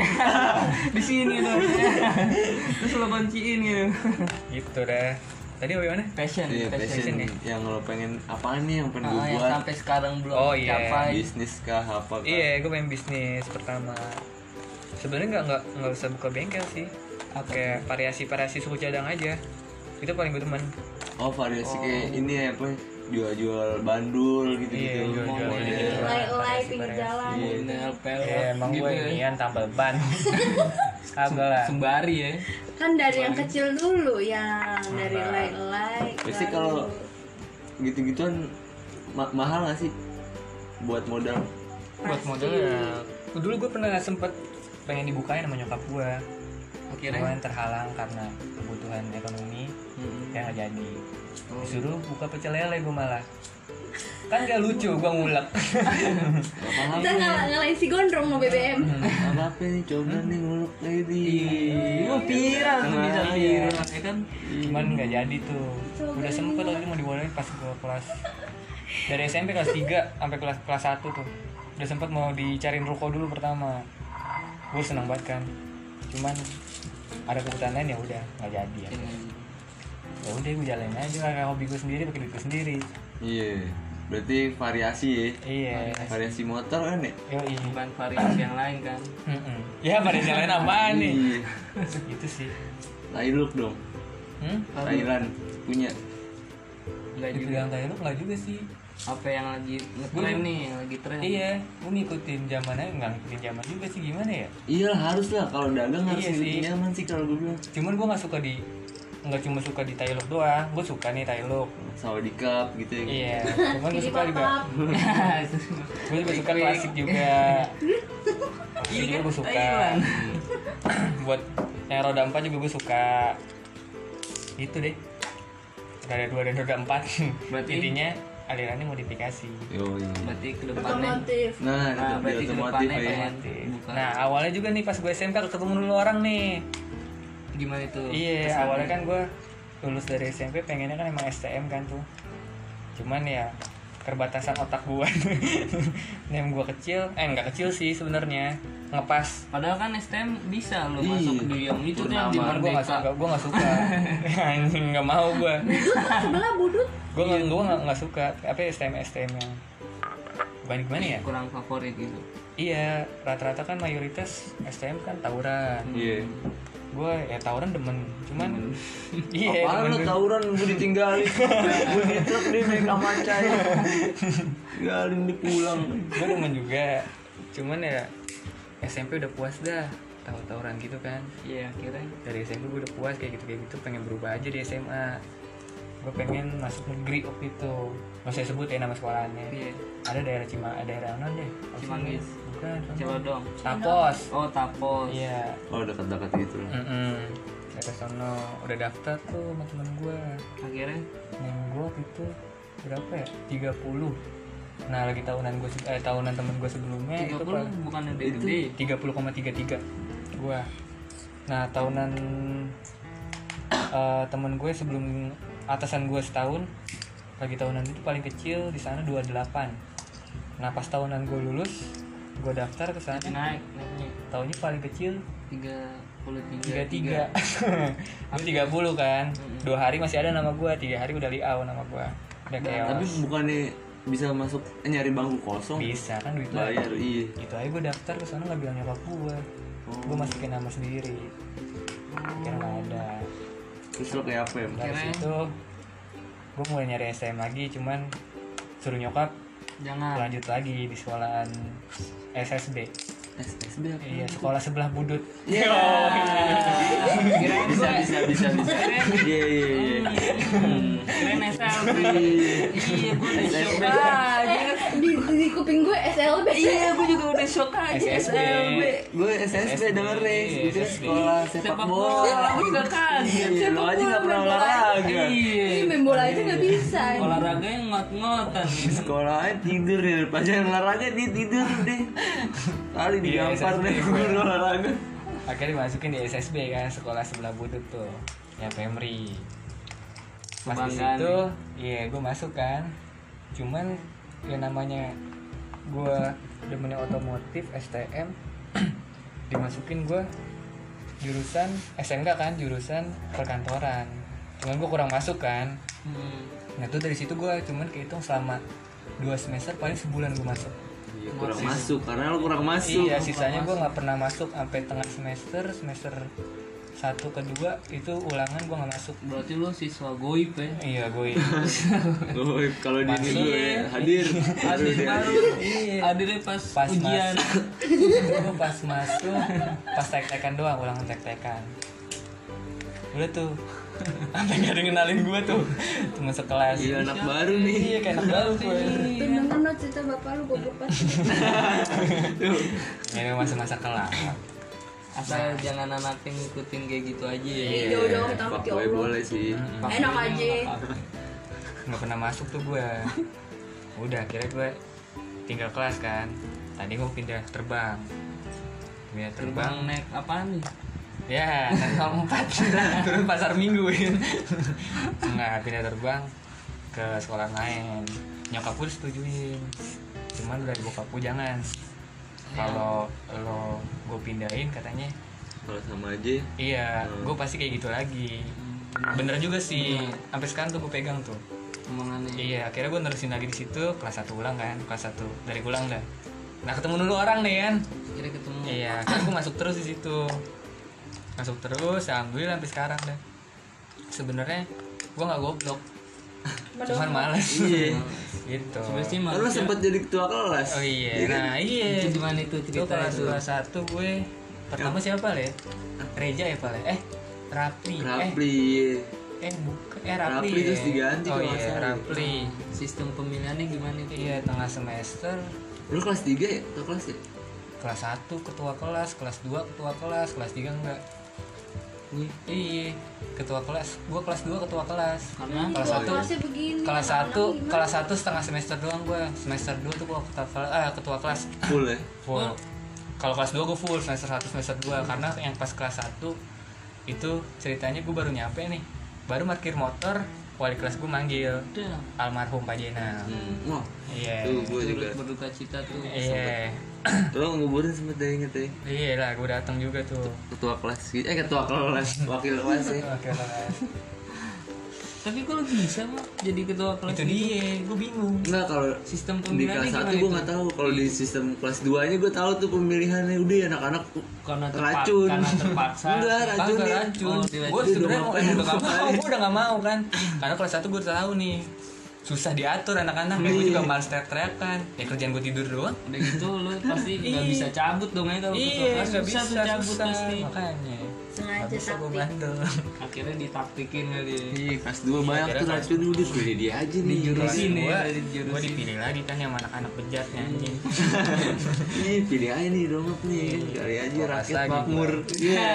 Di sini dong. Terus lo kunciin gitu. Gitu dah. Tadi apa gimana? Passion, Iya passion ya. yang lo pengen apaan nih yang pengen Ah, gue yang buat? sampai sekarang belum Oh, iya. capai. Bisnis kah apa kah? Iya, gue pengen bisnis pertama. Sebenarnya nggak nggak nggak usah buka bengkel sih. Kayak variasi-variasi suku cadang aja. Itu paling gue temen. Oh variasi kayak ini ya apa? Jual-jual bandul gitu Iya, gitu. jual-jual Mau gitu. model. Lay-lay pinggir jalan. Model pelek Ya, emang gitu gue ya. inian tambal ban. Kagak lah. Sembari ya. Kan dari yang kecil dulu yang dari lay-lay. Pasti baru- kalau gitu-gituan ma- mahal nggak sih buat modal? Buat Pasti. modal ya. Dulu gue pernah sempet pengen dibukain sama nyokap gue. Akhirnya Cuman terhalang karena kebutuhan ekonomi yang nggak jadi. Disuruh buka pecel lele gue malah. Kan gak lucu gue ngulek. Gak apa-apa. Kita ngala- ngalahin si gondrong mau B B M. Gak apa-apa nih coba nih nguluk lagi. Iya, viral tuh bisa Nah, viral ya kan. Cuman nggak jadi tuh. Udah sempet waktu itu mau dimodalin pas gue kelas dari S M P kelas tiga sampai kelas kelas satu tuh. Udah sempet mau dicariin ruko dulu pertama. Gue senang banget kan. Cuman ada kebutuhan lain ya udah nggak jadi ya. Ya udah gue jalanin aja lah hobi gue sendiri pakai duit gue sendiri. Iya. Berarti variasi ya. Iya. Variasi motor kan ya? Yo Bukan variasi yang lain kan. Ya pada yang lain apaan nih? Iya. Itu sih. Thailand dong. Hmm? Thailand punya. Enggak juga. Dibilang Thailand nggak juga sih. Apa yang lagi ngetrend nih, yang lagi tren. Iya, gue ngikutin zamannya nggak ngikutin zaman juga sih gimana ya? Iya lah harus lah kalau dagang harus Iya ngikutin sih. nyaman sih kalau gue bilang. Cuman gue nggak suka di nggak cuma suka di Thai look doang, gue suka nih Thai look. Saudi Cup gitu ya. Iya, cuman gue Jadi suka juga. papap. Gue juga suka klasik juga. Ini juga gue suka. Thailand. Buat Yang roda empat juga gue suka. Gitu deh. Roda dua dan roda empat. Berarti- Intinya alirannya modifikasi. Yo, iya. Berarti kedepannya Otomotif. Nah, Nah, itu berarti di otomotif kedepannya ya. pengen Otomotif. buka. Nah awalnya juga nih pas gue S M K ketemu dulu orang nih. Gimana itu? Iya, Kesannya? awalnya kan gue lulus dari S M P pengennya kan emang S T M kan tuh. Cuman ya keterbatasan otak gue. Nem gue kecil, eh nggak kecil sih sebenarnya, ngepas. Padahal kan S T M bisa lo Iya. masuk di yang itu tuh yang di Purnama. Cuman gue nggak suka, Merdeka. gue nggak suka. Anjing nggak mau gue. Sebelah budut. Gue nggak gue nggak nggak suka. Apa S T M S T M yang gimana gimana ya? Kurang favorit gitu. Iya, rata-rata kan mayoritas S T M kan tawuran. Iya. Gue ya tawuran demen, cuman iya Apaan lu demen. tawuran gue ditinggalin. Gue di truk di Mega Mancai. Tinggalin di pulang. Gue demen juga, cuman ya S M P udah puas dah tahu-tawuran gitu kan. Iya, akhirnya Dari S M P gue udah puas kayak gitu kayak gitu, pengen berubah aja di S M A. Gue pengen masuk negeri waktu itu, nggak usah sebut ya nama sekolahannya. iya. Ada daerah Cima, ada daerah mana deh? Apa sih? Cimanggis. Bukan. Coba dong. Tapos. Oh, Tapos. Iya. Oh, dekat-dekat gitu lah. Mm-mm. Daerah sono udah daftar tuh sama temen gue. Akhirnya Neng gue waktu itu berapa ya? tiga puluh. Nah lagi tahunan gue eh tahunan temen gue sebelumnya tiga itu puluh Pak, bukan ada gede. tiga puluh koma tiga tiga gue. Nah tahunan eh, temen gue sebelum atasan gue setahun lagi tahunan itu paling kecil di sana dua puluh delapan. Nah pas tahunan gue lulus gue daftar ke sana Naik, naiknya tahunnya paling kecil tiga puluh tiga. tiga tiga. Gue tiga puluh kan. Dua hari masih ada nama gue, tiga hari udah liau nama gue. Udah chaos. Tapi bukannya bisa masuk eh, nyari bangku kosong? Bisa kan duit lo. Bayar, iya. Itu aja gue daftar ke sana nggak bilang nyokap gue. Gue masukin nama sendiri. Kira nggak ada. Terus lo kayak apa ya? Dari Kirain. situ gue mulai nyari S M lagi, cuman suruh nyokap Jangan. lanjut lagi di sekolahan S S B. S S B apa? Iya, sekolah sebelah Budut. Iya. Kirain Bisa, gue. bisa, bisa, bisa. Iya, iya, iya. Kirain S L B. Iya, gue udah shock aja. Di, di kuping gue S L B. Iya, gue juga udah shock aja. S S B. Gue S S B dengerin, itu sekolah sepak bola. Gue juga kaget. Iya, lo aja nggak pernah olahraga. Ih, Iya. main bola aja nggak bisa. Olahraganya ngot-ngotan. Di sekolahnya tidur ya, pelajaran olahraga dia tidur deh. Kali Iya, digampar S S B. deh guru olahraga. Akhirnya dimasukin di S S B kan, sekolah sebelah Budut tuh. Ya Pemri. Pas di Kebanggaan situ, iya gue masuk kan. Cuman ya namanya gue demennya otomotif S T M dimasukin gue jurusan S M K kan, jurusan perkantoran. Cuman gue kurang masuk kan. Hmm. Nah tuh dari situ gue cuman kehitung selama dua semester paling sebulan gue masuk. Iya, kurang masuk karena lo kurang masuk. Iya, sisanya gue nggak pernah masuk sampai tengah semester, semester satu kedua itu ulangan gue nggak masuk. Berarti lo siswa goib ya? Iya gue. Goib kalau di ini Masuk. gue hadir. Hadir Harus ya. baru. Iya. Hadirnya pas, Pas ujian. masuk, gue pas masuk, pas tek-tekan doang, ulangan tek-tekan. Udah tuh, sampai gak ada yang kenalin gue tuh, temen sekelas. Iya, anak baru nih. Iya, kayak anak baru gue. Tuh denger no cerita bapak lu goblok banget. Tuh. Ini masa-masa kelas. Asal jangan anak yang ngikutin kayak gitu aja ya. Iya, jauh-jauh takut Pak ya gue Allah. boleh sih. Enak aja. Nggak pernah masuk tuh gue. Udah, akhirnya gue tinggal kelas kan. Tadi gue pindah terbang. Pindah terbang. Terbang naik apaan nih? Ya, naik empat turun pasar minggu ya. Enggak, pindah terbang ke sekolah lain. Nyokap gue setujuin. Cuman dari bokapku jangan. Kalau lo gue pindahin katanya, Kalau sama aja. iya, Hmm. gue pasti kayak gitu lagi. Bener juga sih. Sampai sekarang tuh gue pegang tuh. Omongannya. Iya, akhirnya gue nerusin lagi di situ kelas satu ulang kan, kelas satu dari ulang dah. Nah, ketemu dulu orang nih kan. Kira ketemu. Iya, akhirnya gue masuk terus di situ. Masuk terus, alhamdulillah sampai sekarang deh. Sebenarnya gue nggak goblok, cuman males. Iya. Gitu. Sebenarnya sih Kan lo manusia. sempet jadi ketua kelas. Oh iya, Iya kan? nah iya. Itu gimana itu Itu cerita kelas itu? kelas satu gue pertama siapa le? Reja ya pak le? Eh Rapli. Eh Rapli. eh bukan eh Rapli. Rapli terus ya. diganti Oh kalau nggak iya salah. Rapli. Sistem pemilihannya gimana itu? Iya tengah semester Lo kelas tiga ya? Ketua kelas ya? kelas satu ketua kelas, kelas dua ketua kelas, kelas tiga enggak. Nih, Iya, ketua kelas. Gua kelas dua ketua kelas. karena Kelas Ketua satu. kelasnya begini. Kelas anak-anak satu, gimana? kelas satu setengah semester doang gua. Semester dua tuh gua ketua kelas, ah, ketua kelas Full ya. full. Kalau kelas dua gua full semester satu semester dua karena yang pas kelas satu itu ceritanya gua baru nyampe nih. Baru parkir motor, wali kelas gua manggil udah almarhum Pak Jena. Hmm. Wah, Iya. tuh gue juga. turut berduka cita tuh. Iya. Lo nguburin sempet deh inget ya. Iya lah, gua datang juga tuh. Ketua kelas gitu. Eh ketua kelas, wakil kelas ya. Oke lah. Tapi kalau bisa mah jadi ketua kelas Itu gitu. dia, gua bingung. Enggak, kalau Sistem di pemilihannya kelas satu gimana gue itu? nggak tahu. Kalau di sistem kelas dua nya gue tahu tuh pemilihannya. Udah anak-anak Karena terpa- racun. karena terpaksa. Enggak, racun Kagak nih. racun. Oh, Gue diracun. sebenarnya Udah mau udah gak ngapain? mau, gue udah gak mau kan. Karena kelas satu gue tahu nih susah diatur anak-anak. Gue juga malas teriak-teriakan. Ya kerjaan gue tidur doang. Udah gitu lu pasti nggak Iya. bisa cabut dong ya kalau ketua Iya, kelas. nggak Susah bisa tuh cabut susah. pasti. Makanya. Sengaja Gak bisa gue taktik. bandel. Akhirnya ditaktikin kali. Iya, kelas dua banyak kira tuh kelas- racun. Udah pilih dia aja nih. Dijurusin Kelas ya, gua, dijurusin. gue dipilih lagi kan sama anak-anak bejatnya anjing. Nih pilih aja nih dongap nih. Kali aja Kelas rakyat lagi makmur. gua. Iya.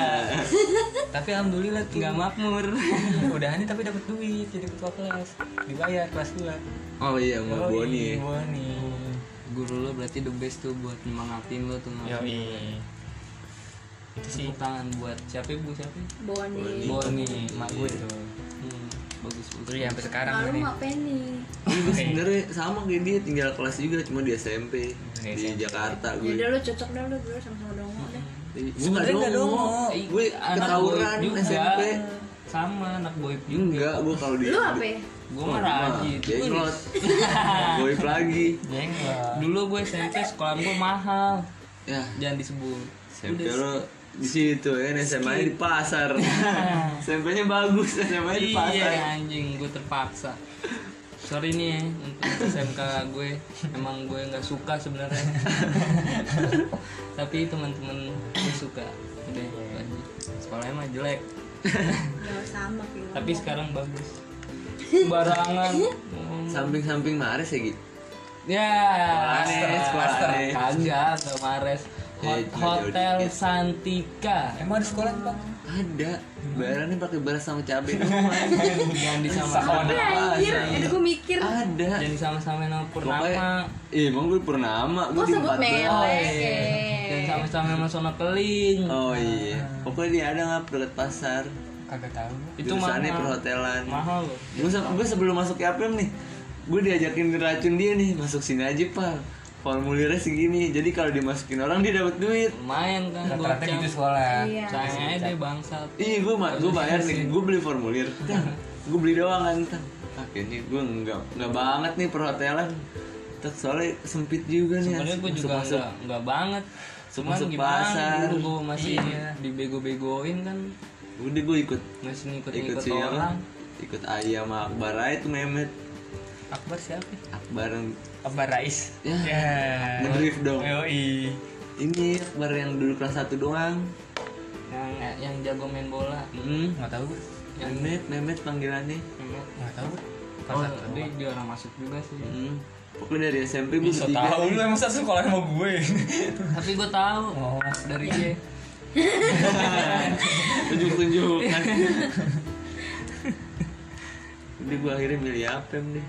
Tapi alhamdulillah tuh Nggak makmur. udah nih tapi dapat duit jadi ketua kelas. Dibayar kelas dua. Oh iya, mau Oh, Boni. iya, Boni. Guru lo berarti the best tuh buat nyemangatin lo tuh. Yoi. Itu sih Tepuk tangan buat siapa bu siapa? Boni. Boni, mak gue tuh. Hmm, bagus bagus. Terus ya sampai sekarang Lalu nih. mak Penny. Ini gue sebenarnya sama kayak dia, tinggal kelas juga, cuma di S M P Di di S M P. Jakarta Ya gue. udah lu cocok dah lu bro sama-sama dongo deh. Gue Sebenarnya nggak dongo. gue Anak ketawuran boy S M P. Sama anak boy juga. Enggak, gue kalau di Lu apa ya? Gue mah rajin. jenglot. Goib lagi. Jenglot. Dulu gue S M P sekolah gue mahal. Ya, Jangan disebut. S M P lo di situ ya, S M A di pasar. S M P-nya bagus, S M A di pasar. Iya anjing, gue terpaksa. Sorry nih ya, untuk S M K gue emang gue nggak suka sebenarnya. Tapi teman-teman gue suka. Udah, lanjut. Sekolahnya mah jelek, Ya sama gitu. tapi sekarang bagus. Barangan. Samping-samping Mares ya gitu. Ya, Mares, sekolah Mares. kagak ke Mares. Ya, Hot- jauh Hotel dikit. Santika. Emang ada sekolah bang? Ada. Bayarannya pakai beras sama cabai doang. Jangan disama-samain. Tapi anjir, ada gue mikir. Ada. Jangan disama-samain sama Purnama. Pokoknya, iya emang gue Purnama, gue Oh di sebut empat belas. merek. Jangan sama-sama sama Sono Keling. Oh iya, pokoknya dia ada nggak dekat pasar. Kagak tahu. Itu Jurusannya mahal. perhotelan. Mahal loh. Gue se- gue sebelum masuk K P M nih, gue diajakin racun dia nih, masuk sini aja pak. Formulirnya segini, jadi kalau dimasukin orang dia dapat duit. Lumayan kan Rata-rata gocap. gitu sekolah. Iya. Sayang aja deh bangsat. Iya gue gue bayar nih, gue beli formulir, gue beli doang kan. Akhirnya gue nggak nggak banget nih perhotelan. Tet, soalnya sempit juga nih. Sebenarnya gue juga masuk nggak nggak banget. Cuman masuk gimana pasar. dulu gue masih Iya. dibego-begoin kan, udah gue ikut masih ikut ngikut-ngikut si orang. apa? Ikut ayam sama Akbar aja tuh Mehmet. Akbar siapa? Akbar yang Akbar Rais. Ya. Ya. ngedrift dong. Yoi. Ini Akbar yang dulu kelas satu doang. Yang yang jago main bola. Hmm. Nggak tahu gue. Mehmet, Mehmet panggilannya. Nggak tahu gue. Oh, dia juara masuk juga sih. Hmm. Pokoknya dari S M P gue Bisa bertiga. tahu lu emang satu sekolah sama gue. Tapi gue tahu Oh. dari dia. Tunjuk-tunjuk kan. Udah gue akhirnya milih apa deh.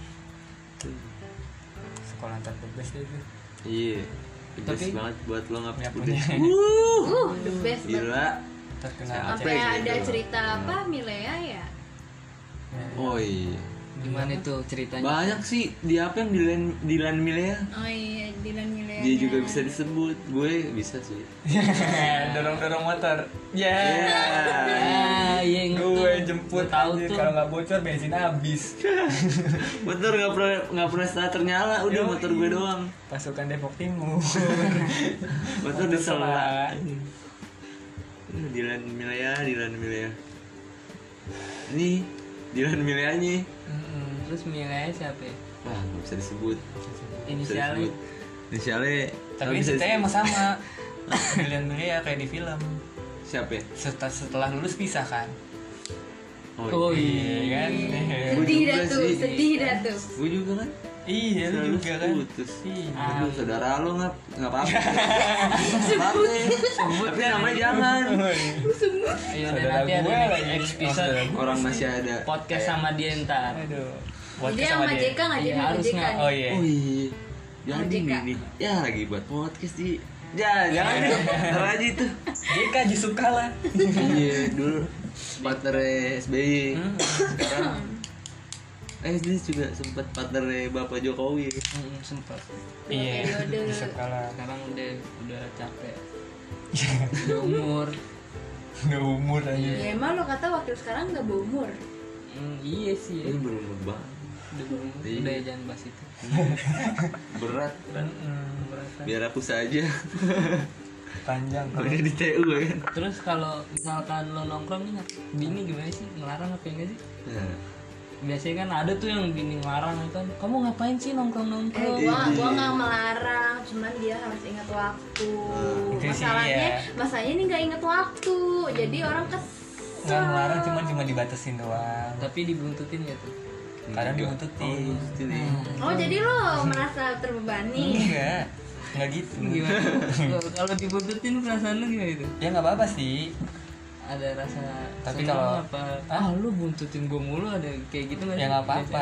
Sekolah antar the best deh gue. Iya. The best Tapi- banget buat lo ngap Nggak udah. punya. Wuh, Uh, the best banget. gila. Terkenal. Siapa Sampai ya ada gitu? cerita apa Milea ya? Oh iya. Gimana itu ceritanya? Banyak sih di apa yang Dilan Dilan Milea. Oh iya, Dilan Milea. Dia juga bisa disebut. Gue bisa sih. Dorong-dorong motor. Ya. Ah, iya yang itu. Gue jemput Gua tahu anjir, tuh. kalau nggak bocor bensin habis. Motor nggak pernah nggak pernah starter nyala. Udah Yoi. motor gue doang. Pasukan Depok Timur. Motor disela. Selat. Dilan Milea, Dilan Milea. Ini Dilan Mileanya. Mm-mm. Terus Milea siapa ya? Wah, nggak bisa disebut. Bisa Inisialnya. disebut. Inisialnya. Tapi nggak bisa ceritanya disebut. emang sama. Pilihan Milea kayak di film. Siapa ya? Setelah, setelah lulus pisah kan. Oh iya. Iya kan. Gua Sedih juga dah tuh, sih. sedih dah tuh. Gue juga kan. Iya lu Selalu juga kan. putus. Iya. Aduh, saudara lo nggak nggak apa-apa. Sebut, tapi namanya jangan. Ayo dan Saudara nanti ada gue di lagi. episode Orang masih ada. podcast sama dia ntar. Aduh. Jadi sama J K nggak Iya, jadi sama harus J K nggak? nih. Oh iya. Oh iya. Sama Jadi J K. nih, ya lagi buat podcast di. Ya jangan deh, ntar aja itu. J K justru kalah. Iya dulu partner S B Y. Hmm. Sekarang eh dia juga sempat partner Bapak Jokowi. Hmm, sempat. Iya. periode. Justru kalah. Sekarang udah udah capek. Udah umur. Udah umur aja. Ya emang lo kata wakil sekarang nggak berumur. Hmm, iya sih. Ini Ya. berumur banget. Udah berumur. Iya. Udah ya, jangan bahas itu. Berat. Mm-mm. Berasa. Biar hapus aja. Panjang kalau Makanya di T U kan. Terus kalau misalkan lo nongkrong nih, bini gimana sih? Ngelarang apa enggak sih? Nah, Biasanya kan ada tuh yang bini ngelarang kan. Kamu ngapain sih Eh nongkrong-nongkrong? gua Iya. gua nggak melarang, cuman dia harus ingat waktu. Itu sih, Masalahnya, iya. masalahnya ini nggak ingat waktu, jadi orang nggak kesel. ngelarang cuman cuma dibatasin doang. Tapi dibuntutin ya tuh. Kadang enggak. dibuntutin. Oh, gitu nih. Oh jadi lo merasa terbebani? Enggak. Enggak gitu. Gimana? Kalau- Kalau dibuntutin perasaan lu gimana itu? Ya nggak apa-apa sih. Ada rasa Tapi senang kalau- apa? Hah? Ah lu buntutin gue mulu, ada kayak gitu nggak Ya sih? nggak apa-apa.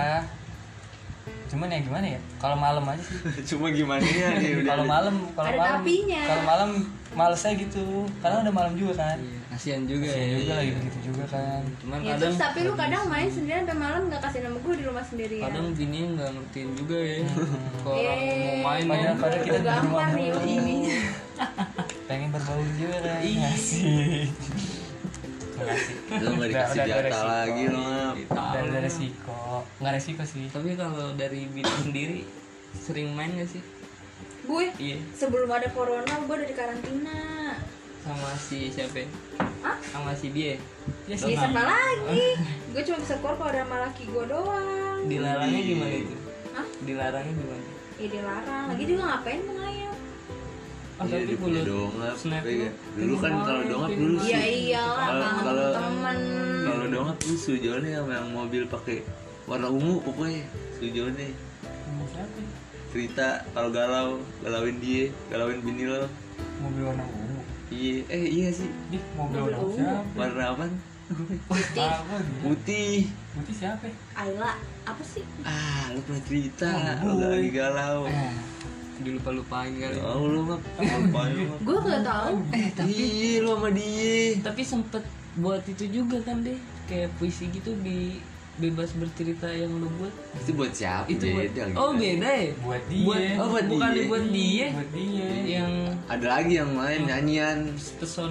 Cuman ya gimana ya? Kalau malam aja sih. Cuma gimana ya nih udah. Kalau malam, kalau Ada malam, tapinya. kalau malam males aja gitu. Karena udah malam juga kan. Iya, kasihan juga Kasian ya. juga lagi begitu juga kan. Cuman Ya kadang terus tapi lu kadang main sendirian sampai malam nggak kasih nama gue di rumah sendirian. kadang bini nggak ngertiin juga ya. Kalau orang mau main Padahal nih, padahal kita di rumah gampar nih mulu. ini. Pengen berbaur juga kan. Iya. Asik. Makasih. Lu nggak dikasih Udah- udah jatah resiko. lagi lo ngap. Udah ada resiko. Nggak resiko sih. Tapi kalau dari bini sendiri sering main gak sih? Gue Iya, sebelum ada corona gue udah di karantina. sama si siapa? ya? Hah? Sama si dia. Ya Ya siapa lagi? Gue cuma bisa keluar kalau ada sama laki gue doang. Dilarangnya gimana itu? Hah? Dilarangnya gimana? Ya dilarang. Lagi juga ngapain mengayap? Ah, Iya, tapi dia gue punya liat dongap. snap Iya. lu. Dulu kan Pengen kalau main, dongap pengen dulu main. sih. Ya iyalah Kalau- kangen kalau- temen. Kalau dongap tuh sujonnya sama yang mobil pakai warna ungu pokoknya. Sujonnya Siapa? cerita kalau galau, galauin dia, galauin bini lo. Mobil warna ungu. Iya, eh iya sih. Ih, mobil Mobil warna ungu. siapa? Warna apa? Putih. Apa dia? Putih. Putih siapa? Ayla apa sih? Ah, lu pernah cerita, Oh, lu boy. lagi galau. Eh, Dilupa-lupain kali. Oh, lu ngap ngapain lu ngap? Gue gak tahu. Eh tapi Iya, lu sama dia. tapi sempet buat itu juga kan deh, kayak puisi gitu di bebas bercerita yang lu buat. Itu buat siapa? Itu buat, Beda gitu. oh beda ya? buat dia. Buat, Oh, buat bukan dia. buat dia. Buat dia. Yang Ada lagi yang lain nyanyian. pesona.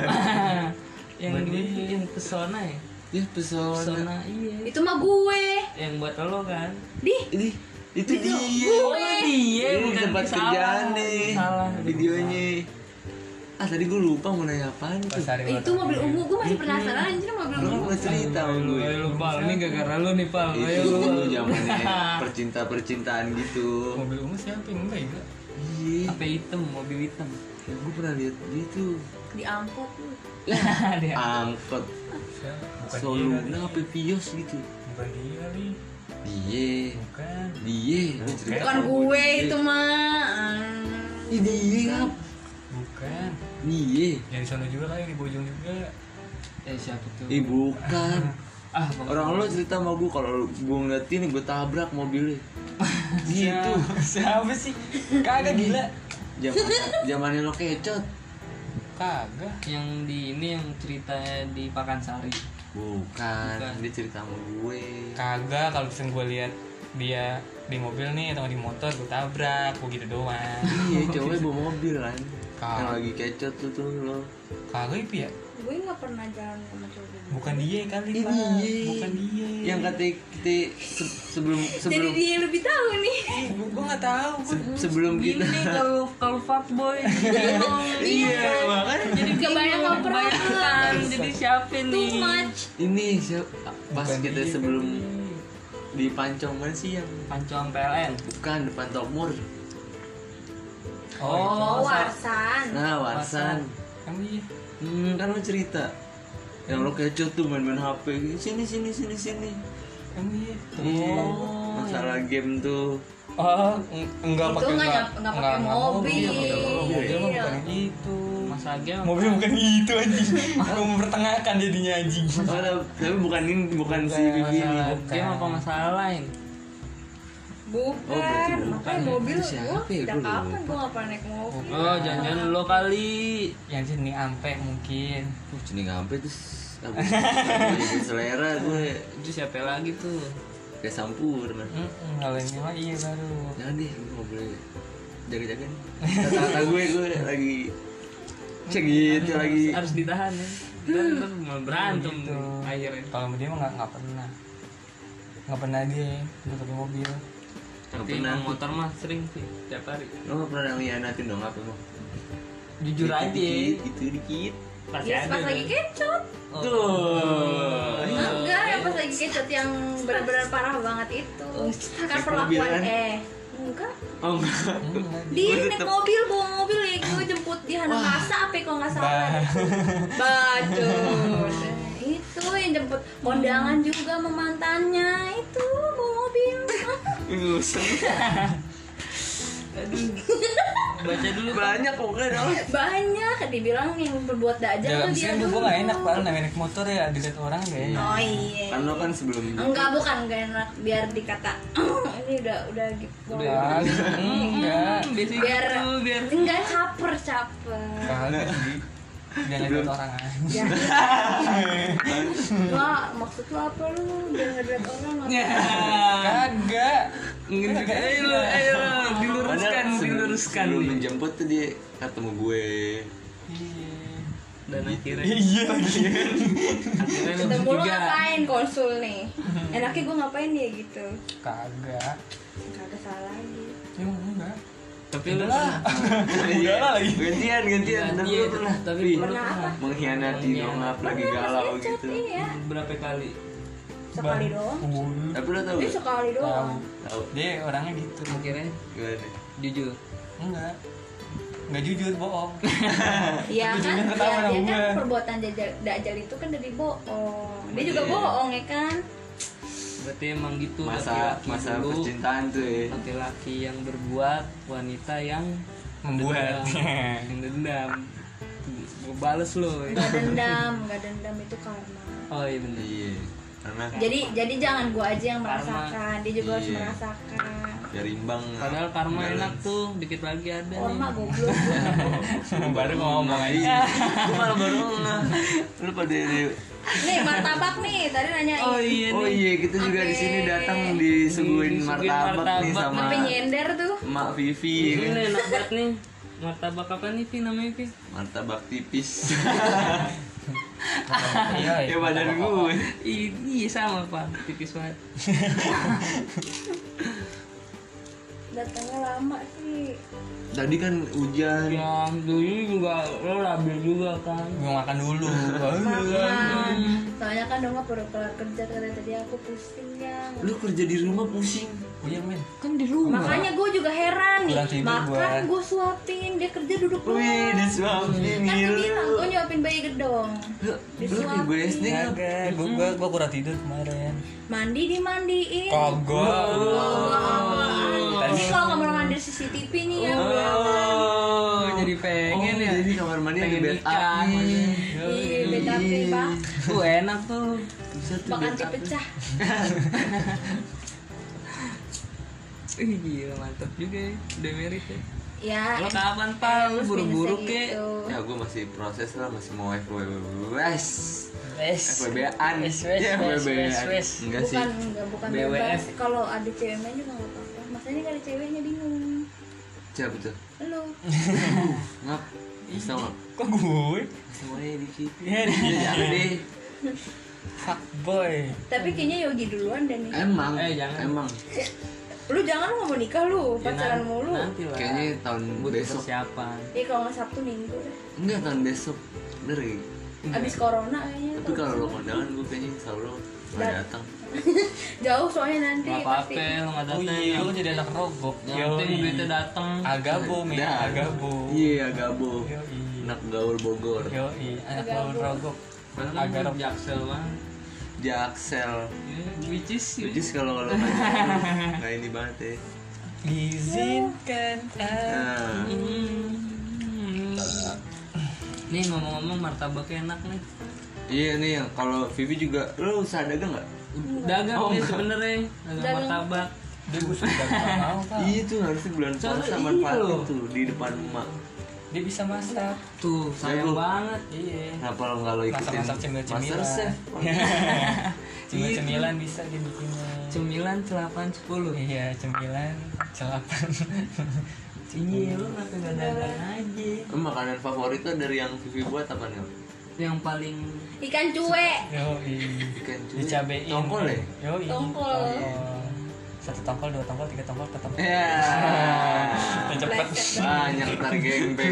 yang Buat di, dia. yang pesona ya? Ya pesona. Pesona iya. Itu mah gue. Yang buat lo kan? Di Ini itu dia. Oh dia, Ini bukan tempat salah. kerjaan nih. Salah. Videonya. Ah tadi gue lupa mau nanya apaan tuh. Pas hari itu mobil ungu. Gue masih penasaran anjir mobil Lu kan ungu. pernah cerita sama gue. Ayo lu pal, ini gara-gara lu nih pal. Ayo Itu lu. dulu zamannya percinta-percintaan gitu. mobil ungu siapa yang enggak juga? Iya. Apa hitam, mobil hitam. Ya, gue pernah lihat dia tuh Diangkut lu. Dia. angkot Siapa? Bukan dia Soluna kali. apa Vios gitu. Bukan dia kali. Dia, Bukan. dia. Lu cerita Bukan sama gue dia. itu mah. Ih, dia ngap. Bukan. Dia. Yang di sana juga kali di Bojong juga. Eh siapa tuh? Eh bukan. Ah, Bang. Orang lo cerita sama gue kalau gue ngeliat ini gue tabrak mobilnya. Gitu. Siapa sih? Kagak gila. Zaman zamannya lo kecot. Kagak. Yang di ini yang ceritanya di Pakansari. Bukan. Bukan. Dia cerita sama gue. Kagak, kalau misalnya gue lihat dia di mobil nih atau di motor gue tabrak, gue gitu doang. Iya, cowoknya bawa mobil kan. Kagak. Yang lagi kecot tuh tuh lo. Kagak itu ya? Gue nggak pernah jalan sama cowok. Bukan dia kali, Ini Pak. dia. Bukan dia. Yang kata kita se- sebelum Jadi sebelum dia yang lebih tahu nih. gue nggak tahu. Gua... se- sebelum kita Gini kalau kalau fuckboy. iya makanya Jadi kebanyakan ngobrol. Kebanyakan. Jadi siapa Too nih? much. ini siap- pas Bukan kita dia sebelum kali. di Pancong mana sih yang Pancong P L N. bukan depan Tokmur. Oh, Oh, Warsan. Nah, Warsan. Emang iya. Hmm, kan lo cerita. Yang lo kecot tuh main-main H P. Sini sini sini sini. Emang iya. Iya. Oh, Masalah game tuh. Oh, eng- enggak Itu pakai nggak enggak nyap- nggak pakai enggak mobil. Mobil mah Iya. bukan gitu. Mas Age mah Mobil bukan gitu anjing. Mau mempertengahkan jadinya anjing. Oh, tapi bukan ini, bukan si Bukan, Bibi ini. masalah. Dia mah apa masalah lain? Bukan, Oh, berarti bukan. makanya mobil Itu siapa gua ya? udah Gua kapan lupa. gua nggak pernah naik mobil. Oh, jangan-jangan lo kali. Yang sini ampe mungkin. Uh, cini ngampe terus apa? Ikut selera gue Itu siapa lagi tuh? kayak sampurna. Mm-mm, kalau ini mah iya baru. Jangan deh, gue nggak boleh jaga-jaga nih. Kata-kata gue gue lagi cek gitu lagi. Harus ditahan ya. Dan ntar malah berantem Gitu. akhirnya. Kalau sama dia mah nggak nggak pernah. Nggak pernah dia udah pakai mobil. Tapi pernah. emang motor mah sering sih tiap hari. Lo nggak pernah ngianatin dong apa emang? Jujur aja. Dikit, gitu dikit. Pasti Ya, ada. pas lagi kecot. Oh. Tuh. Enggak, yang pas lagi kecot yang benar-benar parah banget itu. Kan perlakuan mobilan. eh enggak. Oh enggak. Enggak, Dia Gua naik tetep- mobil, bawa mobil ya gue jemput di Hanamasa apa kalau nggak salah. Bah. Bacot. Itu yang jemput kondangan juga sama mantannya itu bawa mobil. Ngusen. Baca dulu. Banyak kok kan dong. Banyak dibilang yang berbuat dajal Ya tuh abis dia kan dulu. gue gak enak padahal namanya naik motor ya dilihat orang gak enak. Oh iya. Kan lo kan sebelum Enggak, bukan enggak enak biar dikata ini udah udah gitu. Ah, enggak. Biasa Biar gitu, biar enggak caper caper. Kagak sih. Biar ngeliat orang aja. Ya. Wah, maksud lu apa lu? Biar ngeliat orang apa? Ya. Kagak. Mungkin juga. Kagak Ayo lo, enak. ayo lo, diluruskan, Padahal sebelum- diluruskan. sebelum nih. menjemput tuh dia ketemu gue. Iya. Dan akhirnya, Iya lagi. akhirnya lo Ketemu lu juga. ngapain konsul nih? Enaknya gue ngapain ya gitu? Kagak. Kagak salah lagi. Ya enggak. Tapi lo Udah lah. pernah. Udah lah lagi. Gantian, gantian. Tapi Iya, lo pernah tapi Pi, lo Pernah apa? mengkhianati nyokap lagi Pernah pas galau ngechat, gitu. Iya. Berapa kali? Sekali doang. Udah. Tapi lo tau Eh gak? sekali doang. Tahu. Dia orangnya gitu. Akhirnya Gimana? jujur. Enggak. Enggak jujur, bohong. Iya Tapi kan, dia ketawa dia, sama dia kan gue. perbuatan dajal, dajal itu kan dari bohong. Dia juga Iya. bohong ya kan? Berarti emang gitu Masa laki-laki masa dulu. percintaan tuh ya. Laki-laki yang berbuat, wanita yang Membuat. dendam. yang dendam. Gue bales lo. ya. Gak dendam, gak dendam itu karma. Oh iya bener. Iya. Karena Jadi jadi jangan gua aja yang Karma. merasakan, dia juga harus Iya. merasakan. biar imbang. Padahal karma balance. enak tuh, dikit lagi ada Orma nih. goblok. Baru mau ngomong aja. Iya. Gue malah baru ngeh. Lu pada Nih martabak nih, tadi nanyain. Oh iya Oh nih. iya, kita juga di sini datang disuguhin Disuguhin martabak nih martabak. sama Tapi nyender tuh. Mak Vivi. Ini nih, enak banget nih. Martabak apa nih, Vi, namanya, Vi? Martabak tipis. Iya, Ya badan gue. Iya sama, Pak. Tipis banget. Datangnya lama sih. Tadi kan hujan. Ya, dulu juga lo labil juga kan. Gue makan dulu. Makan. Soalnya kan dong baru kelar kerja karena tadi aku pusing ya. Lu kerja di rumah pusing. Oh iya men. Kan di rumah. Makanya gue juga heran nih. Kurang tidur Makan gua. gue suapin, dia kerja duduk doang. Wih, disuapin Kan dia Mil. bilang gue nyuapin bayi gedong. Lu lu kayak gue S D nggak? Kagak, gue gue gue kurang tidur kemarin. Mandi dimandiin. Kagak. Ini kalau kamar mandi C C T V nih ya. Oh, jadi pengen Oh, ya. jadi kamar mandi ada Pengen bed nikah. up nih. Iya, beda bang. Tuh enak tuh. Bisa tuh Bahkan bed up. pecah. Ih, gila mantap juga ya. Demerit ya. Ya. Lo kapan, Pak? Lu Terus buru-buru minusnya ke? gitu. Ya gue masih proses lah, masih mau F W B wes. Wes. F W B-an. Wes, wes, Ya, wes, F W B-an. wes, wes. Enggak sih. Bukan enggak bukan B W F. bebas. Kalau ada ceweknya juga enggak apa-apa. Maksudnya kalau ada ceweknya bingung. Siapa tuh? Lu. Ngap. Bisa ngap. Kok gue? Semuanya dikit. Ya, Ya jangan deh. fuck boy. Tapi kayaknya Yogi duluan dan nih. Emang. Eh, jangan. Emang. Lu jangan lu mau nikah lu, Ya, pacaran nan- mulu. Nanti lah. Kayaknya tahun butuh besok. persiapan. Iya kalau nggak Sabtu Minggu deh. Enggak, tahun besok. Bener ya? Abis corona kayaknya. Tapi kalau lo kondangan gue kayaknya selalu lo nggak Dan- datang. Jauh soalnya nanti Gak pasti. apa-apa, lo gak Oh datang. iya, lu jadi anak rogok. Yang penting duitnya datang. Agabo men, Dah. agabo. Iya, agabo. Yoi. Anak gaul Bogor. Yoi, anak Agabo. gaul rogok. Mana Agar agar jaksel banget. Jaksel. Ya, which is Which is kalau kalau nggak nggak ini banget ya. Izinkan Nah, Hmm. Nih ngomong-ngomong martabaknya enak nih. iya nih yang kalau Vivi juga lo usaha dagang nggak? Dagang Oh, nih enggak. sebenarnya, dagang Dagang. martabak. dia gue sudah gak mau kan. Iya tuh harusnya bulan Soalnya puasa iya manfaatin loh. tuh di depan emak. Dia bisa masak. Tuh, sayang Jago. banget. Iya. Kenapa lo nggak lo ikutin Masak-masak cemil-cemilan. Masterchef? Cemil-cemilan bisa dia bikinnya. Cemilan delapan sepuluh. Iya, cemilan celapan. Iya, lu kenapa gak dagang aja? Lo makanan favorit tuh dari yang Vivi buat apa nih? Yang paling Ikan cuek. Yoi. Ikan cuy. Dicabein. Tongkol ya? Yoi. Tongkol. Satu tongkol, dua tongkol, tiga tongkol, empat tongkol. Ya. Yang cepet. Banyak ntar gengbeng.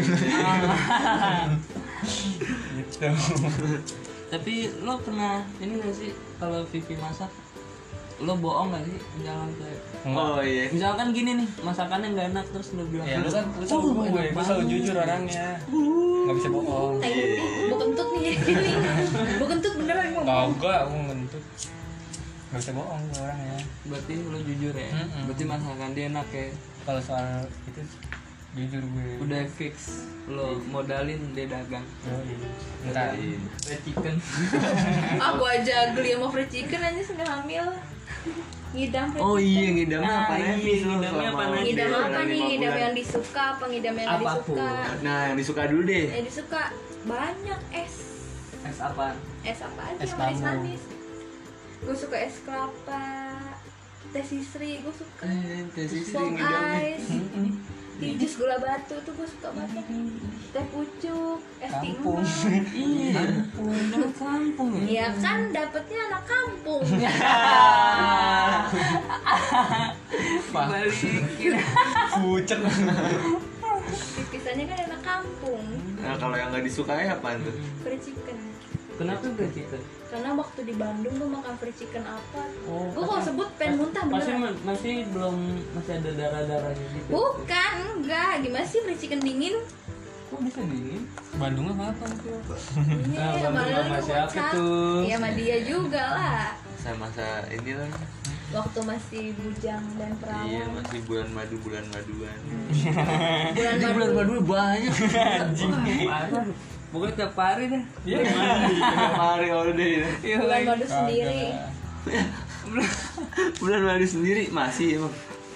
Gitu. tapi lo pernah ini gak sih kalau Vivi masak lo bohong gak sih jangan kayak Oh iya. misalkan gini nih masakannya nggak enak terus lo bilang Ya lu kan, lu selalu "Oh, gue, enak gue selalu banget." jujur orangnya. Gak bisa bohong. Nah, ini bu kentut nih. Bu kentut beneran Gak, ngomong. gue, aku ngentut. Gak bisa bohong gue orangnya. berarti lo jujur ya Mm-mm. berarti masakan dia enak ya Kalau soal itu jujur gue. udah fix lo modalin dia dagang Yoi. Entar. Iya. fried chicken Aku aja geli sama fried chicken aja sambil hamil. Ngidam fried Oh chicken. iya ngidamnya Ah, apa iya, nih? ngidamnya apa nih? Ngidam Udah apa nih? lima Ngidam bulan. yang disuka apa ngidam yang nggak Apapun. disuka? Nah yang disuka dulu deh. Yang disuka banyak es. es apa Es apa aja Es yang bambu. manis-manis. Gue suka es kelapa, teh sisri, gue suka. Eh, tes istri Pop ngidamnya. ice, jus gula batu tuh gue suka banget. Teh pucuk, es Kampung. timbang. iya udah kampung ya Iya kan dapetnya anak kampung. balikin Pucet. Pipisannya kan anak kampung. Nah kalau yang nggak disukai apaan tuh? Fried chicken. kenapa fried chicken Karena waktu di Bandung gue makan fried chicken apa? Oh, Gue kalau sebut pengen muntah pasti beneran. ma- masih belum masih ada darah darahnya gitu Bukan, enggak. Gimana sih fried chicken dingin? kok bisa dingin Bandung apa apa itu? Nah, Iya, Bandung malah sama lu siapa kocak. tuh? Iya, sama dia juga lah. Masa-masa ini lah. Waktu masih bujang dan perawan. Iya masih bulan madu bulan maduan. Bulan Ini bulan madu. madu banyak. parah pokoknya tiap hari dah Iya gimana? Tiap hari holiday. iya Bulan lagi madu sendiri. Bulan madu sendiri masih emang.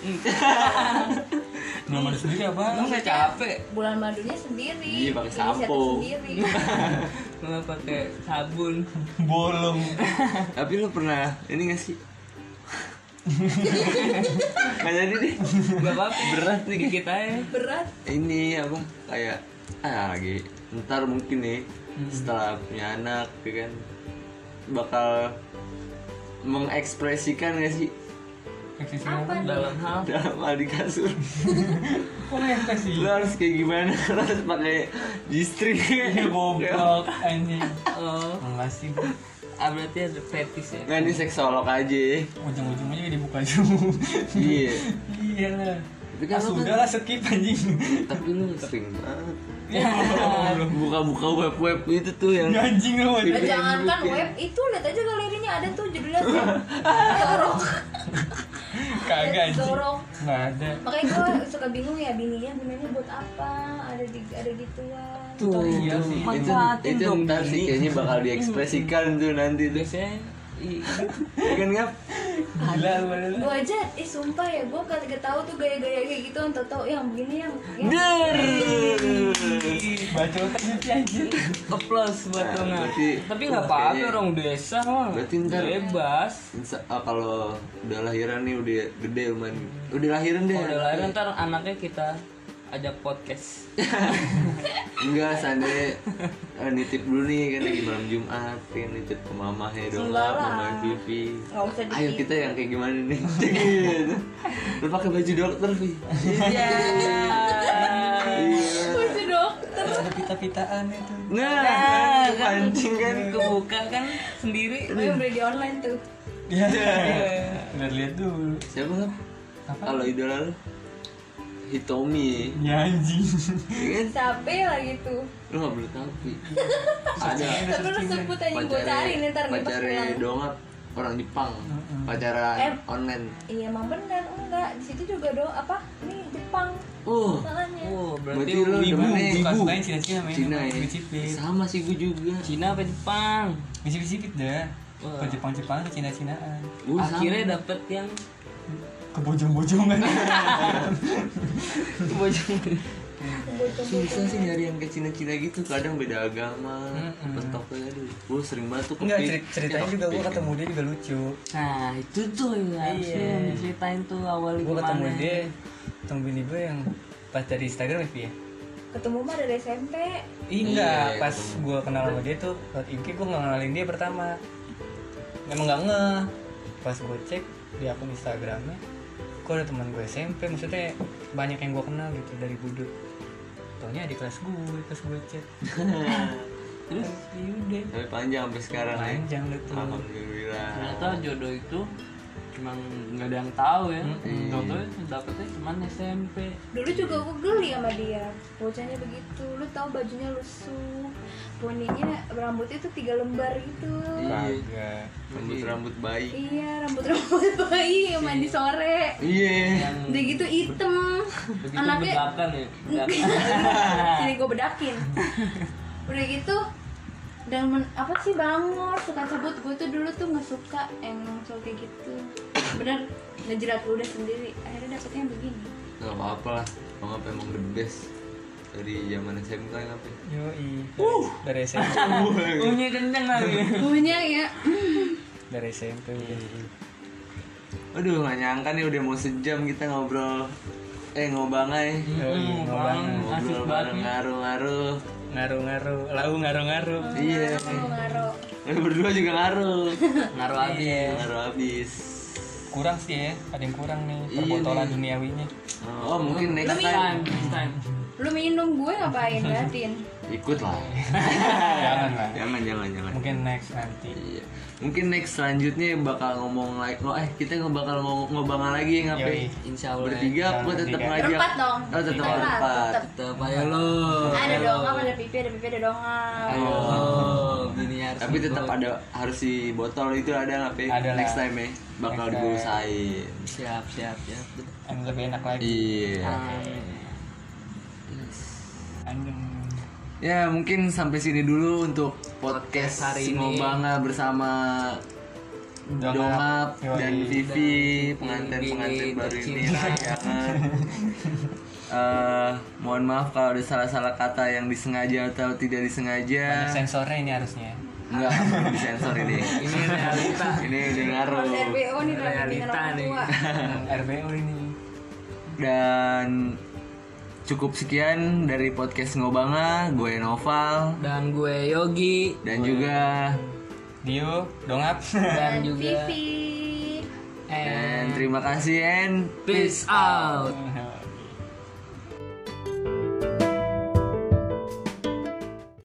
Belum ada sendiri apa? lu nggak capek Bulan madunya sendiri. Iya, pakai Inisiatif sampo. sendiri. nggak pakai sabun Bolong. Tapi lu pernah ini gak sih? Nggak jadi deh. nggak apa-apa Berat nih. dikit aja Berat. Ini apa kayak ah lagi ntar mungkin nih setelah punya anak ya kan bakal mengekspresikan gak sih Eksisinya Apa? dalam hal dalam hal di kasur. kok nggak sih? Lu harus kayak gimana? Lu harus pakai G-string. Iya goblok anjing. oh Enggak sih. ah berarti ada fetish ya Nggak ini seksolog aja. Ujung-ujungnya dibuka juga. Iya. Iya lah. Tapi kan Ah, lu sudah lah skip anjing. Tapi lu sering banget. Ya, Buka-buka web-web itu tuh yang anjing lu. Nah, Iya, jangankan iya. web itu, lihat aja galerinya ada tuh judulnya sih. Dorok. Kagak anjing. Dorok. Enggak ada. Makanya gue suka bingung ya bininya gunanya buat apa? Ada di ada gituan. tuh Iya sih. itu manfaatin itu dong ntar sih kayaknya bakal diekspresikan tuh nanti tuh. biasanya i- Ya kan ngap? Gila lu ada lu. Gue aja, eh sumpah ya, gue kagak tahu tuh gaya-gaya kayak gitu, entah tahu yang begini yang. yang Der. Bacotan sih anjing. Applause buat Nah, lo nggak berarti- tapi nggak apa-apa kayaknya- orang desa mah Berarti ntar- bebas Insa- ah, kalau udah lahiran nih udah gede lumayan. Udah lahiran deh. kalau udah lahir ntar anaknya kita ajak podcast Enggak, seandainya eh, nitip dulu nih kan lagi malam Jumat, pengen nitip ke mamahnya dong, Enggak lah. mama Vivi. Nggak usah Ayo dititip. kita yang kayak gimana nih? Gitu. Lu pakai baju dokter, Vi. Iya. Baju dokter. Ada pita-pitaan itu. Nah, nah kan pancing kan. kebuka kan sendiri Gue yang beli di online tuh. Iya. Lihat-lihat dulu. Siapa kan? Apa? Kalau idola lu? Hitomi. Ya anjing. Ya kan? Capek lagi tuh. Lu gak boleh tahu, Vi. Ada Tapi lu sebut aja gue cari nih ntar nih pas pacarnya pulang. dongap orang Jepang pacaran Eh. online. Iya emang benar, enggak di situ juga do apa nih Jepang Uh, masalahnya. Oh, berarti berarti lu wibu. demennya Suka ibu. sukain Cina-Cina main Cina ya. Bicipit. Sama sih gue juga. Cina apa Jepang? Bicipit dah. Wah. Ke Jepang-Jepang ke Cina-Cinaan. Gua sama. Akhirnya dapet yang Kebojong-bojongan. Susah sih nyari yang kayak Cina-Cina gitu, kadang beda agama. Mm-mm. Petoknya aduh. Gue sering banget tuh Enggak, kepik. cerit- ceritanya Ya, juga gue kepik. ketemu dia juga lucu. Nah itu tuh yang harusnya Iya. yang diceritain tuh awalnya Gue ketemu gimana. dia, ketemu bini gue yang pas dari Instagram ya. Ketemu mah dari S M P. Ih enggak, Iya, pas ketemu. gue kenal sama dia tuh lewat I G gue nggak kenalin dia pertama. Emang nggak ngeh. Pas gue cek di akun Instagramnya, kok ada teman gue S M P, maksudnya banyak yang gue kenal gitu dari Budut. Taunya di kelas gue pas gue chat. Terus yaudah. Tapi panjang sampai sekarang ya. Panjang deh tuh. Alhamdulillah. Ternyata jodoh itu emang nggak ada yang tahu ya. Mm-mm. Jodoh dapetnya cuma S M P. Dulu juga gue geli sama dia, bocahnya begitu. Lu tahu bajunya lusuh, poninya rambutnya tuh tiga lembar gitu. Kagak. Rambut-rambut bayi. Iya, rambut-rambut bayi yang mandi sore. Iya. Yang Udah gitu hitam. begitu Anaknya bedakan ya. Bedakan. sini gue bedakin. Udah gitu dan men- apa sih Bangor suka sebut gue tuh dulu tuh nggak suka yang cowok kayak gitu. Bener ngejerat udah sendiri. Akhirnya dapetnya yang begini. Gak apa-apa lah. Kalau ngapa emang the best dari zaman S M K ngapain? Yoi. Dari S M P. Punya kenceng lagi. Punya ya. Dari S M P udah. Aduh gak nyangka nih udah mau sejam kita ngobrol. Eh ngobangai. Yoi, Hmm, ngobang. asik Ngobrol banget bareng nih. ngaruh-ngaruh. Ngaruh-ngaruh, lau ngaruh-ngaruh. Iya. Ngaruh ngaruh. Lu berdua juga ngaruh. Ngaruh habis. Iya. Ngaruh habis. Kurang sih ya, ada yang kurang nih Iya perbotolan nih. duniawinya. Oh mungkin next Next time time, next time. Lu minum gue ngapain Batin? ikut lah. Jangan lah. Jangan jangan jangan. Mungkin next nanti. Iya. Mungkin next selanjutnya bakal ngomong like oh eh kita nggak bakal ngomong ngobangan lagi Yoi. ngapain? Insya Allah. Bertiga apa tetap Bertiga. ngajak? Berempat dong. Oh tetap Berempat, berempat. tetep. Tetap ayo lo. Ada dongap, ada pipi, ada pipi, ada dongap. Ayo. Oh, bini harus. Tapi tetap ikut. ada harus di botol itu ada nggak Pe? Ada Next lah. time ya bakal Next time. gue usahain. Siap, siap, siap. Yang lebih enak lagi. Iya. Amin. Anjing. Ya mungkin sampai sini dulu untuk podcast Podcast hari ini. Singobanga bersama Dongap. Dongap Yoi. dan Vivi pengantin-pengantin Bini baru ini tercinta. jangan. Eh, mohon maaf kalau ada salah-salah kata yang disengaja atau tidak disengaja. Banyak sensornya ini harusnya. Enggak, disensor ini. Ini realita. Ini udah ngaruh. Harus R B O nih Realita dengan orang nih. tua. R B O ini. Dan cukup sekian dari podcast Ngobanga, gue Noval Dan gue Yogi dan juga Dio, dongap. dan juga Vivi. and terima kasih and peace out. Oh.